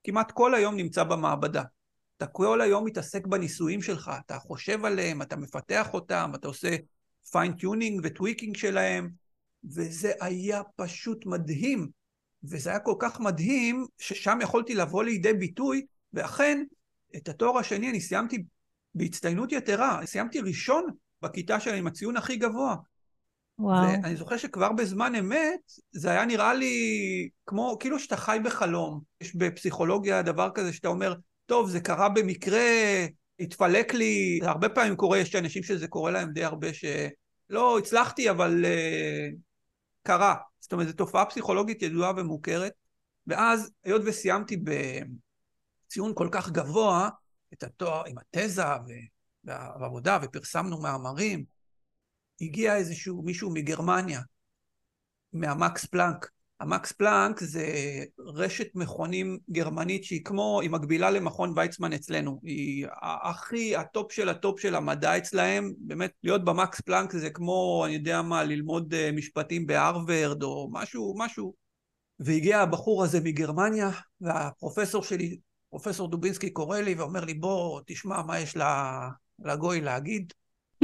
[SPEAKER 3] כמעט כל היום נמצא במעבדה. אתה כל היום מתעסק בניסויים שלך, אתה חושב עליהם, אתה מפתח אותם, אתה עושה פיין-טיונינג וטוויקינג שלהם, וזה היה פשוט מדהים. וזה היה כל כך מדהים, ששם יכולתי לבוא לידי ביטוי, ואכן, את התואר השני אני סיימתי בהצטיינות יתרה, סיימתי ראשון בכיתה שלי עם הציון הכי גבוה.
[SPEAKER 2] וואו.
[SPEAKER 3] ואני זוכר שכבר בזמן אמת, זה היה נראה לי כמו, כאילו שאתה חי בחלום. יש בפסיכולוגיה דבר כזה שאתה אומר, טוב, זה קרה במקרה, התפלק לי, הרבה פעמים קורה, יש אנשים שזה קורה להם די הרבה, שלא הצלחתי, אבל קרה. זאת אומרת, זו תופעה פסיכולוגית ידועה ומוכרת, ואז, היות וסיימתי בציון כל כך גבוה, את התואר עם התזה והעבודה, ופרסמנו מאמרים, הגיע מישהו מגרמניה, מהמקס פלנק. המקס פלנק זה רשת מכונים גרמנית שהיא כמו, היא מקבילה למכון ויצמן אצלנו. היא הכי, הטופ של הטופ של המדע אצלהם, באמת להיות במקס פלנק זה כמו, אני יודע מה, ללמוד משפטים בהרווארד או משהו. והגיע הבחור הזה מגרמניה, והפרופסור שלי, פרופסור דובינסקי קורא לי ואומר לי, בוא תשמע מה יש לגוי להגיד.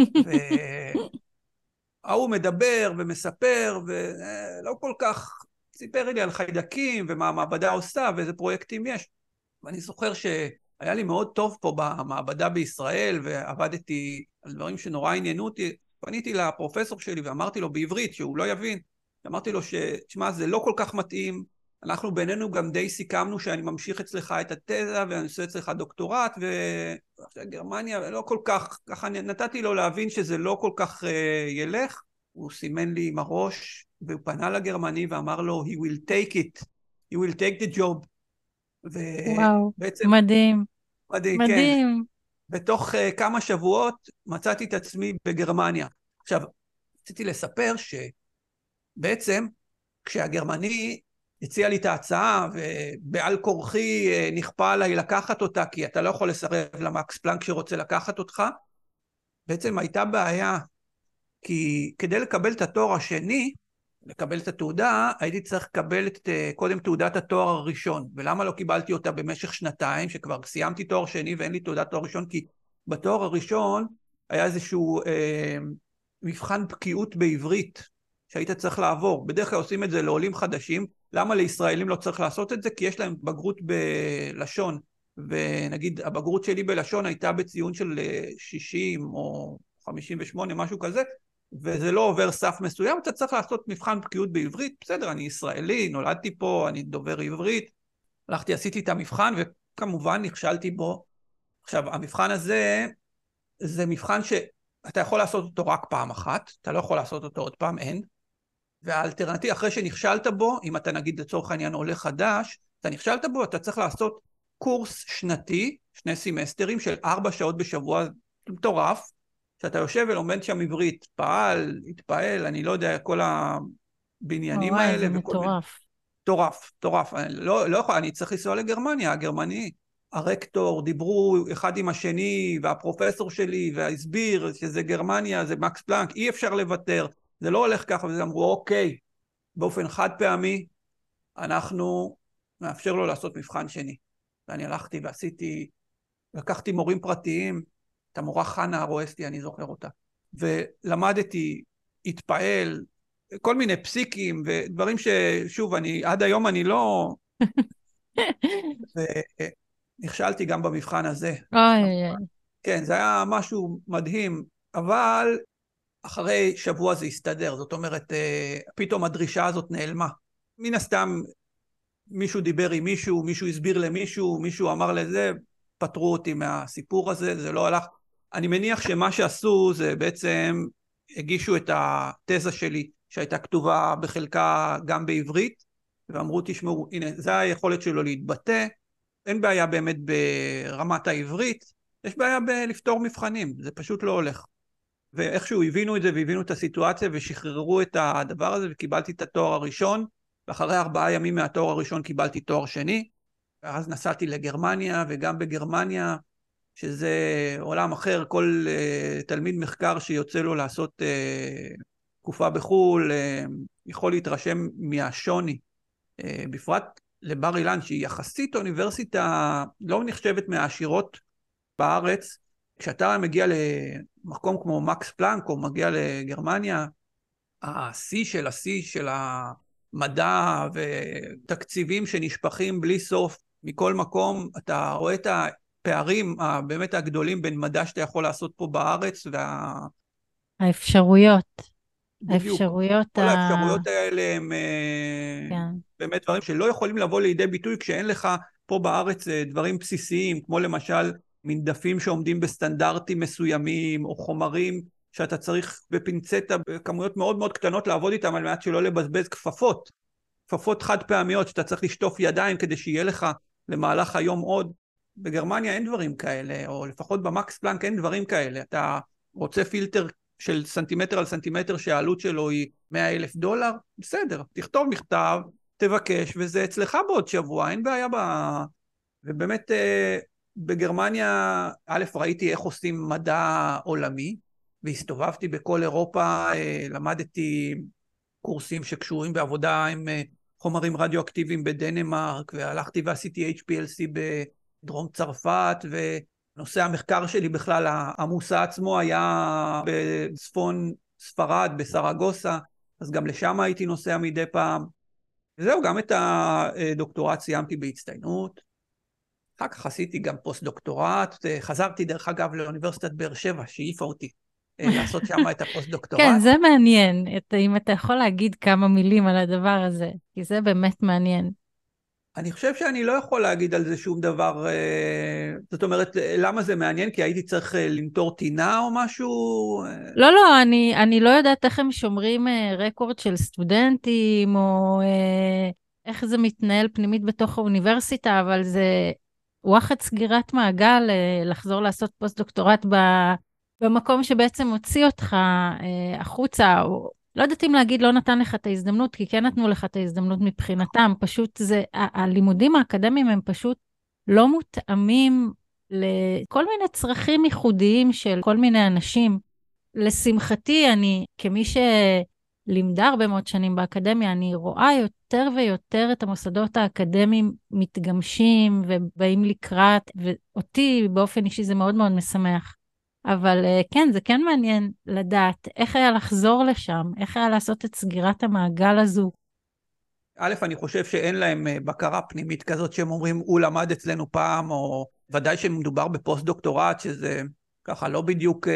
[SPEAKER 3] והוא מדבר ומספר, ולא כל כך סיפר לי על חיידקים ומה המעבדה עושה ואיזה פרויקטים יש. ואני זוכר שהיה לי מאוד טוב פה במעבדה בישראל, ועבדתי על דברים שנורא עניינו אותי. פניתי לפרופסור שלי ואמרתי לו בעברית שהוא לא יבין. אמרתי לו שתשמע, זה לא כל כך מתאים, אנחנו בינינו גם די סיכמנו שאני ממשיך אצלך את התזה ואני עושה אצלך דוקטורט, וגרמניה לא כל כך, ככה נתתי לו להבין שזה לא כל כך ילך. הוא סימן לי עם הראש והוא פנה לגרמני ואמר לו he will take it, he will take the job.
[SPEAKER 2] וואו,
[SPEAKER 3] ובעצם,
[SPEAKER 2] מדהים,
[SPEAKER 3] מדהים,
[SPEAKER 2] מדהים.
[SPEAKER 3] כן. בתוך כמה שבועות מצאתי את עצמי בגרמניה. עכשיו, רציתי לספר שבעצם כשהגרמני הציע לי את ההצעה, ובעל כורחי נכפה עליי לקחת אותה, כי אתה לא יכול לסרב למקס פלנק שרוצה לקחת אותך, בעצם הייתה בעיה, כי כדי לקבל את התואר השני, לקבל את התעודה, הייתי צריך לקבל קודם תעודת התואר הראשון, ולמה לא קיבלתי אותה במשך שנתיים, שכבר סיימתי תואר שני ואין לי תעודת תואר ראשון, כי בתואר הראשון היה איזשהו מבחן בקיאות בעברית, שהיית צריך לעבור. בדרך כלל עושים את זה לעולים חדשים. למה לישראלים לא צריך לעשות את זה? כי יש להם בגרות בלשון, ונגיד הבגרות שלי בלשון הייתה בציון של 60 או 58, משהו כזה, וזה לא עובר סף מסוים, אתה צריך לעשות מבחן בקיאות בעברית. בסדר, אני ישראלי, נולדתי פה, אני דובר עברית, הלכתי, עשיתי את המבחן, וכמובן נכשלתי בו. עכשיו, המבחן הזה, זה מבחן שאתה יכול לעשות אותו רק פעם אחת, אתה לא יכול לעשות אותו עוד פעם, אין. והאלטרנטיבה, אחרי שנכשלת בו, אם אתה נגיד לצורך העניין עולה חדש, אתה נכשלת בו, אתה צריך לעשות קורס שנתי, 2 סמסטרים של 4 שעות בשבוע, מטורף, שאתה יושב ולומד שם עברית, פעל, התפעל, אני לא יודע, כל הבניינים
[SPEAKER 2] וואי,
[SPEAKER 3] האלה.
[SPEAKER 2] זה מטורף.
[SPEAKER 3] מטורף. לא יכול, אני צריך לנסוע לגרמניה, הגרמני. הרקטור דיברו אחד עם השני, והפרופסור שלי, והסביר שזה גרמניה, זה מקס פלנק, אי אפשר לוותר. זה לא הולך ככה, וזה אמרו, אוקיי, באופן חד פעמי, אנחנו מאפשר לו לעשות מבחן שני. ואני הלכתי ועשיתי, לקחתי מורים פרטיים, את המורה חנה הרואסטי, אני זוכר אותה, ולמדתי, התפעל, כל מיני פסיקים, ודברים ששוב, עד היום אני לא, ונכשלתי גם במבחן הזה.
[SPEAKER 2] אוי.
[SPEAKER 3] כן, זה היה משהו מדהים, אבל אחרי שבוע זה הסתדר, זאת אומרת, פתאום הדרישה הזאת נעלמה. מן הסתם, מישהו דיבר עם מישהו, מישהו הסביר למישהו, מישהו אמר לזה, פטרו אותי מהסיפור הזה, זה לא הלך. אני מניח שמה שעשו זה בעצם, הגישו את התזה שלי, שהייתה כתובה בחלקה גם בעברית, ואמרו, תשמעו, הנה, זה היכולת שלו להתבטא, אין בעיה באמת ברמת העברית, יש בעיה בלפתור מבחנים, זה פשוט לא הולך. ואיכשהו הבינו את זה והבינו את הסיטואציה ושחררו את הדבר הזה וקיבלתי את התואר הראשון, ואחרי 4 ימים מהתואר הראשון קיבלתי תואר שני, ואז נסעתי לגרמניה, וגם בגרמניה, שזה עולם אחר, כל תלמיד מחקר שיוצא לו לעשות תקופה בחול, יכול להתרשם מהשוני, בפרט לבר אילן, שהיא יחסית אוניברסיטה לא נחשבת מהעשירות בארץ, כשאתה מגיע למקום כמו מקס פלנק, או מגיע לגרמניה, השיא של המדע ותקציבים שנשפכים בלי סוף מכל מקום, אתה רואה את הפערים באמת הגדולים בין מדע שאתה יכול לעשות פה בארץ,
[SPEAKER 2] האפשרויות.
[SPEAKER 3] בדיוק.
[SPEAKER 2] האפשרויות
[SPEAKER 3] כל האפשרויות האלה הם
[SPEAKER 2] כן.
[SPEAKER 3] באמת דברים שלא יכולים לבוא לידי ביטוי כשאין לך פה בארץ דברים בסיסיים, כמו למשל מנדפים שעומדים בסטנדרטים מסוימים, או חומרים שאתה צריך בפינצטה בכמויות מאוד מאוד קטנות לעבוד איתם על מנת שלא לבזבז כפפות חד פעמיות שאתה צריך לשטוף ידיים כדי שיהיה לך למהלך היום עוד. בגרמניה אין דברים כאלה, או לפחות במקס פלנק אין דברים כאלה. אתה רוצה פילטר של סנטימטר על סנטימטר שהעלות שלו היא $100,000, בסדר, תכתוב מכתב, תבקש, וזה אצלך בעוד שבוע, אין בעיה ובאמת בגרמניה, א', ראיתי איך עושים מדע עולמי, והסתובבתי בכל אירופה, למדתי קורסים שקשורים בעבודה עם חומרים רדיואקטיביים בדנמרק, והלכתי ועשיתי HPLC בדרום צרפת, ונושא המחקר שלי בכלל, המושא עצמו היה בצפון ספרד, בסרגוסה, אז גם לשם הייתי נוסע מדי פעם. וזהו, גם את הדוקטורט סיימתי בהצטיינות. אחר כך עשיתי גם פוסט דוקטורט, חזרתי דרך אגב לאוניברסיטת באר שבע, שהעיפה אותי לעשות שם את הפוסט דוקטורט.
[SPEAKER 2] כן, זה מעניין, אם אתה יכול להגיד כמה מילים על הדבר הזה, כי זה באמת מעניין.
[SPEAKER 3] אני חושב שאני לא יכול להגיד על זה שום דבר, זאת אומרת, למה זה מעניין? כי הייתי צריך לנטור טינה או משהו?
[SPEAKER 2] לא, אני לא יודעת איך הם שומרים רקורד של סטודנטים, או איך זה מתנהל פנימית בתוך האוניברסיטה, אבל זה וואחד סגירת מעגל, לחזור לעשות פוסט דוקטורט במקום שבעצם הוציא אותך החוצה, או לא יודעת אם להגיד לא נתן לך את ההזדמנות, כי כן נתנו לך את ההזדמנות מבחינתם, פשוט זה, הלימודים האקדמיים הם פשוט לא מותאמים לכל מיני צרכים ייחודיים של כל מיני אנשים. לשמחתי, אני כמי שלימדה הרבה מאוד שנים באקדמיה, אני רואה יותר ויותר את המוסדות האקדמיים מתגמשים ובאים לקראת, ואותי באופן אישי זה מאוד מאוד משמח. אבל כן, זה כן מעניין לדעת איך היה לחזור לשם, איך היה לעשות את סגירת המעגל הזו.
[SPEAKER 3] א', אני חושב שאין להם בקרה פנימית כזאת שהם אומרים, הוא למד אצלנו פעם, או ודאי שמדובר בפוסט דוקטורט, שזה ככה לא בדיוק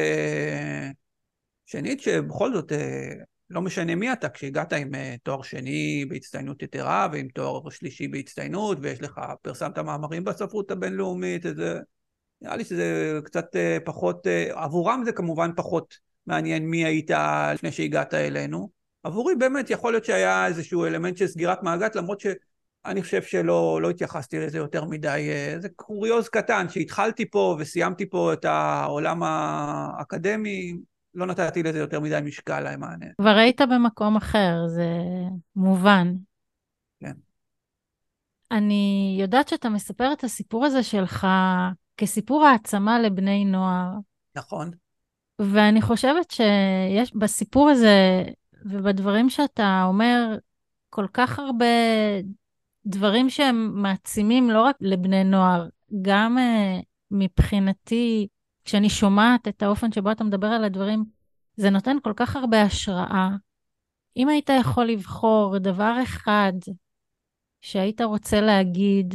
[SPEAKER 3] שנית, שבכל זאת לא משנה מי אתה, כשהגעת עם תואר שני בהצטיינות יתרה, ועם תואר שלישי בהצטיינות, ויש לך, פרסמת מאמרים בספרות הבינלאומית, נראה לי שזה קצת פחות, עבורם זה כמובן פחות מעניין מי היית לפני שהגעת אלינו. עבורי באמת יכול להיות שהיה איזשהו אלמנט של סגירת מעגל, למרות שאני חושב שלא התייחסתי לזה יותר מדי. זה קוריוז קטן, שהתחלתי פה וסיימתי פה את העולם האקדמי, לא נתתי לזה יותר מדי משקל למענה.
[SPEAKER 2] כבר היית במקום אחר, זה מובן.
[SPEAKER 3] כן.
[SPEAKER 2] אני יודעת שאתה מספר את הסיפור הזה שלך כסיפור העצמה לבני נוער.
[SPEAKER 3] נכון.
[SPEAKER 2] ואני חושבת שיש בסיפור הזה ובדברים שאתה אומר כל כך הרבה דברים שהם מעצימים לא רק לבני נוער, גם מבחינתי, כשאני שומעת את האופן שבו אתה מדבר על הדברים, זה נותן כל כך הרבה השראה. אם היית יכול לבחור דבר אחד שהיית רוצה להגיד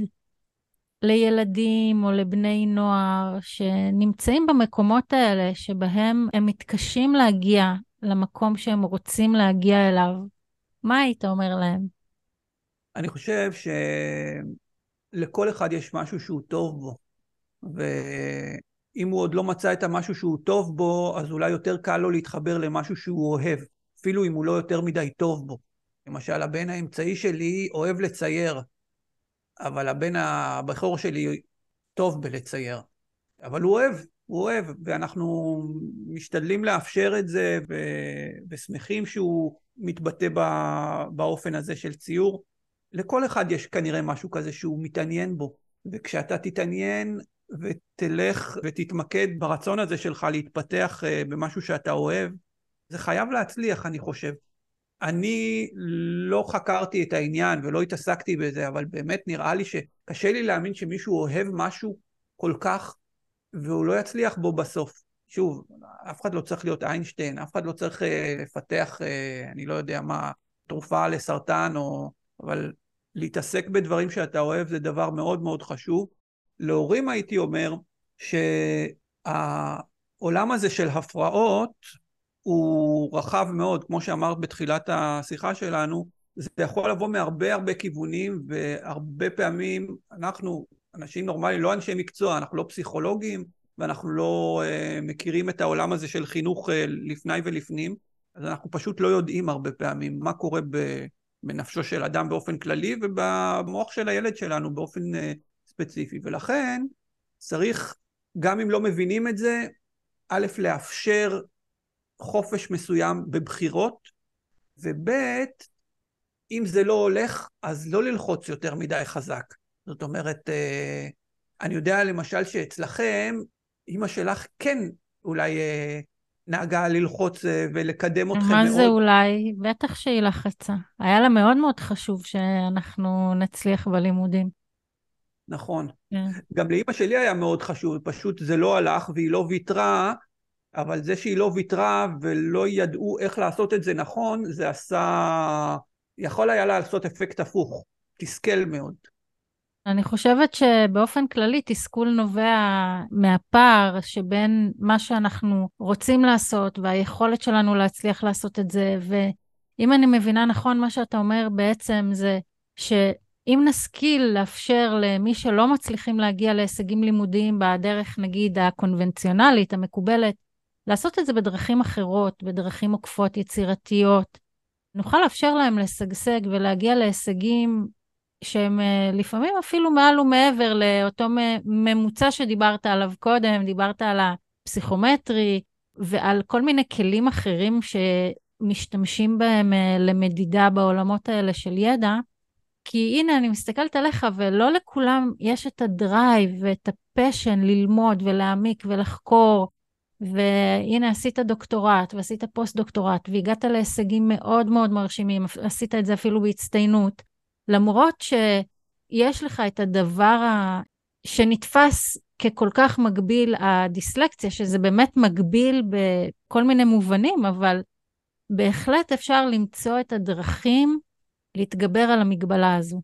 [SPEAKER 2] לילדים או לבני נוער שנמצאים במקומות האלה שבהם הם מתקשים להגיע למקום שהם רוצים להגיע אליו, מה היית אומר להם?
[SPEAKER 3] אני חושב שלכל אחד יש משהו שהוא טוב בו, ואם הוא עוד לא מצא את המשהו שהוא טוב בו, אז אולי יותר קל לו להתחבר למשהו שהוא אוהב, אפילו אם הוא לא יותר מדי טוב בו. למשל, הבן האמצעי שלי אוהב לצייר, אבל הבן הבכור שלי טוב בלצייר. אבל הוא אוהב, ואנחנו משתדלים לאפשר את זה, ושמחים שהוא מתבטא באופן הזה של ציור. לכל אחד יש כנראה משהו כזה שהוא מתעניין בו, וכשאתה תתעניין ותלך ותתמקד ברצון הזה שלך להתפתח במשהו שאתה אוהב, זה חייב להצליח, אני חושב. אני לא חקרתי את העניין ולא התעסקתי בזה, אבל באמת נראה לי שקשה לי להאמין שמישהו אוהב משהו כל כך, והוא לא יצליח בו בסוף. שוב, אף אחד לא צריך להיות איינשטיין, אף אחד לא צריך לפתח, אני לא יודע מה, תרופה לסרטן, אבל להתעסק בדברים שאתה אוהב זה דבר מאוד מאוד חשוב. להורים הייתי אומר שהעולם הזה של הפרעות הוא רחב מאוד, כמו שאמרת בתחילת השיחה שלנו, זה יכול לבוא מהרבה הרבה כיוונים, והרבה פעמים אנחנו, אנשים נורמליים, לא אנשי מקצוע, אנחנו לא פסיכולוגים, ואנחנו לא מכירים את העולם הזה של חינוך לפני ולפנים, אז אנחנו פשוט לא יודעים הרבה פעמים מה קורה בנפשו של אדם באופן כללי, ובמוח של הילד שלנו באופן ספציפי, ולכן צריך, גם אם לא מבינים את זה, א', לאפשר חופש מסוים בבחירות, וב', אם זה לא הולך, אז לא ללחוץ יותר מדי חזק. זאת אומרת, אני יודע למשל שאצלכם, אמא שלך כן אולי נהגה ללחוץ ולקדם אתכם מאוד.
[SPEAKER 2] מה זה אולי? בטח שהיא לחצה. היה לה מאוד מאוד חשוב שאנחנו נצליח בלימודים.
[SPEAKER 3] נכון.
[SPEAKER 2] כן.
[SPEAKER 3] גם לאמא שלי היה מאוד חשוב, פשוט זה לא הלך והיא לא ויתרה, אבל זה שהיא לא ויתרה ולא ידעו איך לעשות את זה נכון, זה עשה, יכול היה לעשות אפקט הפוך, תסכל מאוד.
[SPEAKER 2] אני חושבת שבאופן כללי תסכול נובע מהפער שבין מה שאנחנו רוצים לעשות והיכולת שלנו להצליח לעשות את זה, ואם אני מבינה נכון מה שאתה אומר בעצם זה שאם נשכיל לאפשר למי שלא מצליחים להגיע להישגים לימודיים בדרך נגיד הקונבנציונלית, המקובלת, לעשות את זה בדרכים אחרות, בדרכים עוקפות יצירתיות, נוכל לאפשר להם לשגשג ולהגיע להישגים שהם לפעמים אפילו מעל ומעבר לאותו ממוצע שדיברת עליו קודם, דיברת על הפסיכומטרי ועל כל מיני כלים אחרים שמשתמשים בהם למדידה בעולמות האלה של ידע, כי הנה אני מסתכלת עליך ולא לכולם יש את הדרייב ואת הפשן ללמוד ולהעמיק ולחקור, והנה עשית דוקטורט ועשית פוסט דוקטורט והגעת להישגים מאוד מאוד מרשימים, עשית את זה אפילו בהצטיינות, למרות שיש לך את הדבר שנתפס ככל כך מגביל, הדיסלקציה, שזה באמת מגביל בכל מיני מובנים, אבל בהחלט אפשר למצוא את הדרכים להתגבר על המגבלה הזו.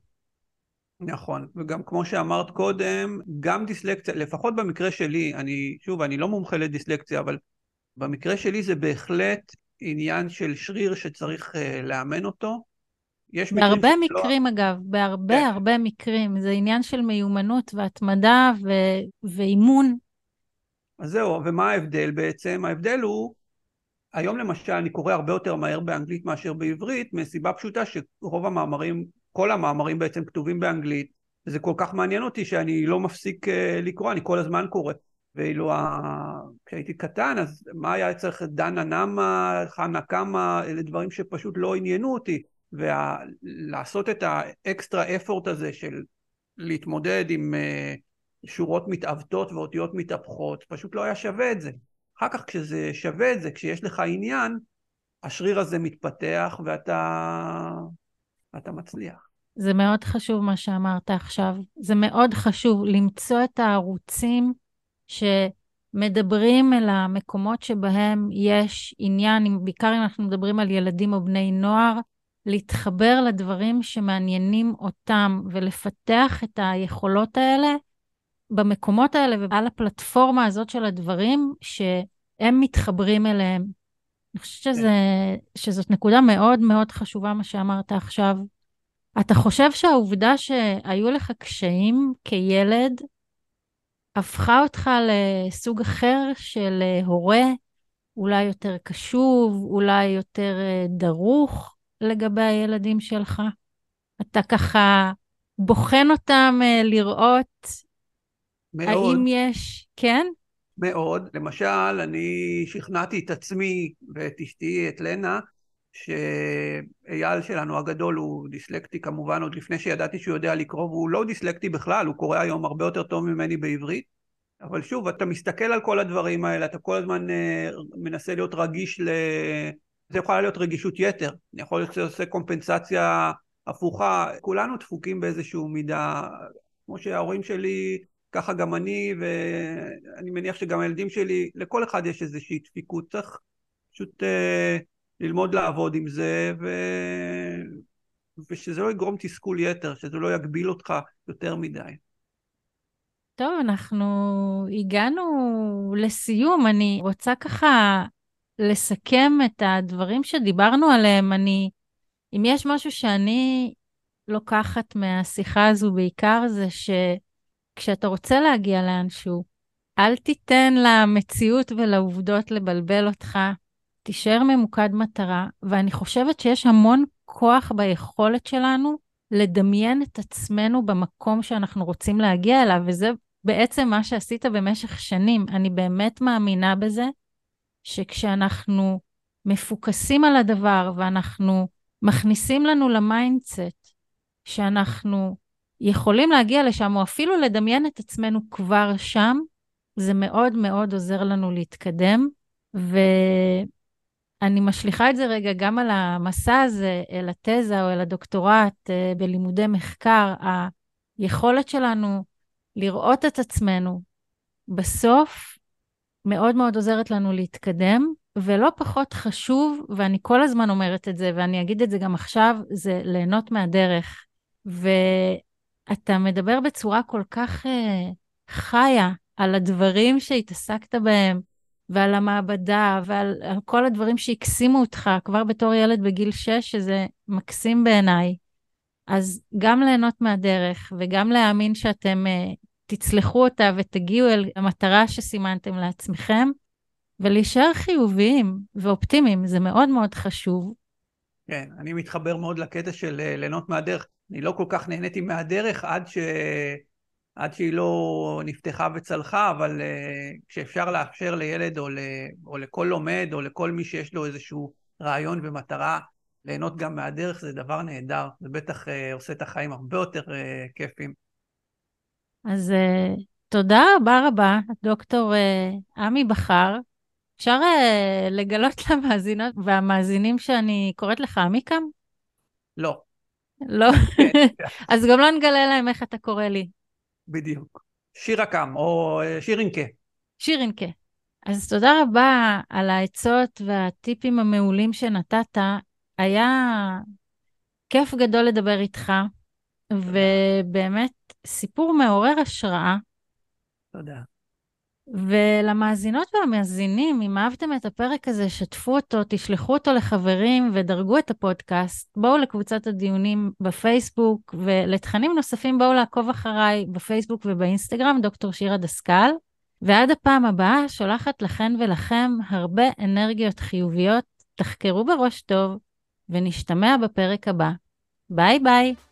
[SPEAKER 3] נכון, וגם כמו שאמרת קודם, גם דיסלקציה, לפחות במקרה שלי, אני לא מומחה לדיסלקציה, אבל במקרה שלי זה בהחלט עניין של שריר שצריך לאמן אותו.
[SPEAKER 2] בהרבה מקרים אגב, בהרבה מקרים, זה עניין של מיומנות והתמדה ואימון.
[SPEAKER 3] אז זהו, ומה ההבדל בעצם? ההבדל הוא, היום למשל אני קורא הרבה יותר מהר באנגלית מאשר בעברית, מסיבה פשוטה שרוב המאמרים, כל המאמרים בעצם כתובים באנגלית, וזה כל כך מעניין אותי שאני לא מפסיק לקרוא, אני כל הזמן קורא. ואילו כשהייתי קטן, אז מה היה צריך דנה נמה, חנה קמה, אלה דברים שפשוט לא עניינו אותי. ולעשות את האקסטרה אפורט הזה של להתמודד עם שורות מתעוותות ואותיות מתהפכות, פשוט לא היה שווה את זה. אחר כך כשזה שווה את זה, כשיש לך עניין, השריר הזה מתפתח ואתה מצליח.
[SPEAKER 2] זה מאוד חשוב מה שאמרת עכשיו. זה מאוד חשוב למצוא את הערוצים שמדברים אל המקומות שבהם יש עניין, בעיקר אם אנחנו מדברים על ילדים או בני נוער, להתחבר לדברים שמעניינים אותם ולפתח את היכולות האלה במקומות האלה ועל הפלטפורמה הזאת של הדברים שהם מתחברים אליהם. אני חושבת שזאת נקודה מאוד מאוד חשובה מה שאמרת עכשיו. אתה חושב שהעובדה שהיו לך קשיים כילד הפכה אותך לסוג אחר של הורה, אולי יותר קשוב, אולי יותר דרוך לגבי הילדים שלך? אתה ככה בוחן אותם לראות מאוד. האם יש, כן?
[SPEAKER 3] מאוד. למשל, אני שכנעתי את עצמי ואת אשתי, את לנה, שאייל שלנו הגדול הוא דיסלקטי כמובן, עוד לפני שידעתי שהוא יודע לקרוא, והוא לא דיסלקטי בכלל, הוא קורא היום הרבה יותר טוב ממני בעברית, אבל שוב, אתה מסתכל על כל הדברים האלה, אתה כל הזמן מנסה להיות רגיש זה יכולה להיות רגישות יתר, יכול להיות שזה עושה קומפנסציה הפוכה, כולנו דפוקים באיזשהו מידה, כמו שההורים שלי, ככה גם אני, ואני מניח שגם הילדים שלי, לכל אחד יש איזושהי דפיקות, צריך פשוט ללמוד לעבוד עם זה, ושזה לא יגרום תסכול יתר, שזה לא יגביל אותך יותר מדי.
[SPEAKER 2] טוב, אנחנו הגענו לסיום. אני רוצה ככה לסכם את הדברים שדיברנו עליהם. אם יש משהו שאני לוקחת מהשיחה הזו בעיקר, זה שכשאתה רוצה להגיע לאנשהו, אל תיתן למציאות ולעובדות לבלבל אותך, תישאר ממוקד מטרה, ואני חושבת שיש המון כוח ביכולת שלנו לדמיין את עצמנו במקום שאנחנו רוצים להגיע אליו, וזה בעצם מה שעשית במשך שנים. אני באמת מאמינה בזה, שכשאנחנו מפוקסים על הדבר, ואנחנו מכניסים לנו למיינדסט, שאנחנו יכולים להגיע לשם, או אפילו לדמיין את עצמנו כבר שם, זה מאוד מאוד עוזר לנו להתקדם, ואני משליכה את זה רגע גם על המסע הזה, אל התזה או אל הדוקטורט בלימודי מחקר. היכולת שלנו לראות את עצמנו בסוף מאוד מאוד עוזרת לנו להתקדם, ולא פחות חשוב, ואני כל הזמן אומרת את זה, ואני אגיד את זה גם עכשיו, זה ליהנות מהדרך. ואתה מדבר בצורה כל כך חיה על הדברים שהתעסקת בהם, ועל המעבדה, ועל כל הדברים שהקסימו אותך כבר בתור ילד בגיל 6, שזה מקסים בעיניי. אז גם ליהנות מהדרך, וגם להאמין שאתם תצלחו אותה ותגיעו אל המטרה שסימנתם לעצמכם, ולהישאר חיוביים ואופטימיים, זה מאוד מאוד חשוב.
[SPEAKER 3] כן, אני מתחבר מאוד לקטע של ליהנות מהדרך. אני לא כל כך נהניתי מהדרך עד שהיא לא נפתחה וצלחה, אבל כשאפשר לאפשר לילד או לכל לומד או לכל מי שיש לו איזשהו רעיון ומטרה, ליהנות גם מהדרך, זה דבר נהדר. זה בטח עושה את החיים הרבה יותר כיפים.
[SPEAKER 2] אז תודה רבה רבה, דוקטור עמי בכר. אפשר לגלות למאזינות והמאזינים שאני קוראת לך עמיקם?
[SPEAKER 3] לא.
[SPEAKER 2] לא? אז גם לא נגלה להם איך אתה קורא לי.
[SPEAKER 3] בדיוק. שירקם או שירינקה.
[SPEAKER 2] שירינקה. אז תודה רבה על העצות והטיפים המעולים שנתת. היה כיף גדול לדבר איתך, ובאמת סיפור מעורר השראה.
[SPEAKER 3] תודה.
[SPEAKER 2] ולמאזינות והמאזינים, אם אהבתם את הפרק הזה, שתפו אותו, תשלחו אותו לחברים ודרגו את הפודקאסט. בואו לקבוצת הדיונים בפייסבוק, ולתכנים נוספים בואו לעקוב אחריי בפייסבוק ובאינסטגרם, דוקטור שירה דסקל. ועד הפעם הבאה, שולחת לכן ולכם הרבה אנרגיות חיוביות. תחקרו בראש טוב, ונשתמע בפרק הבא. ביי ביי.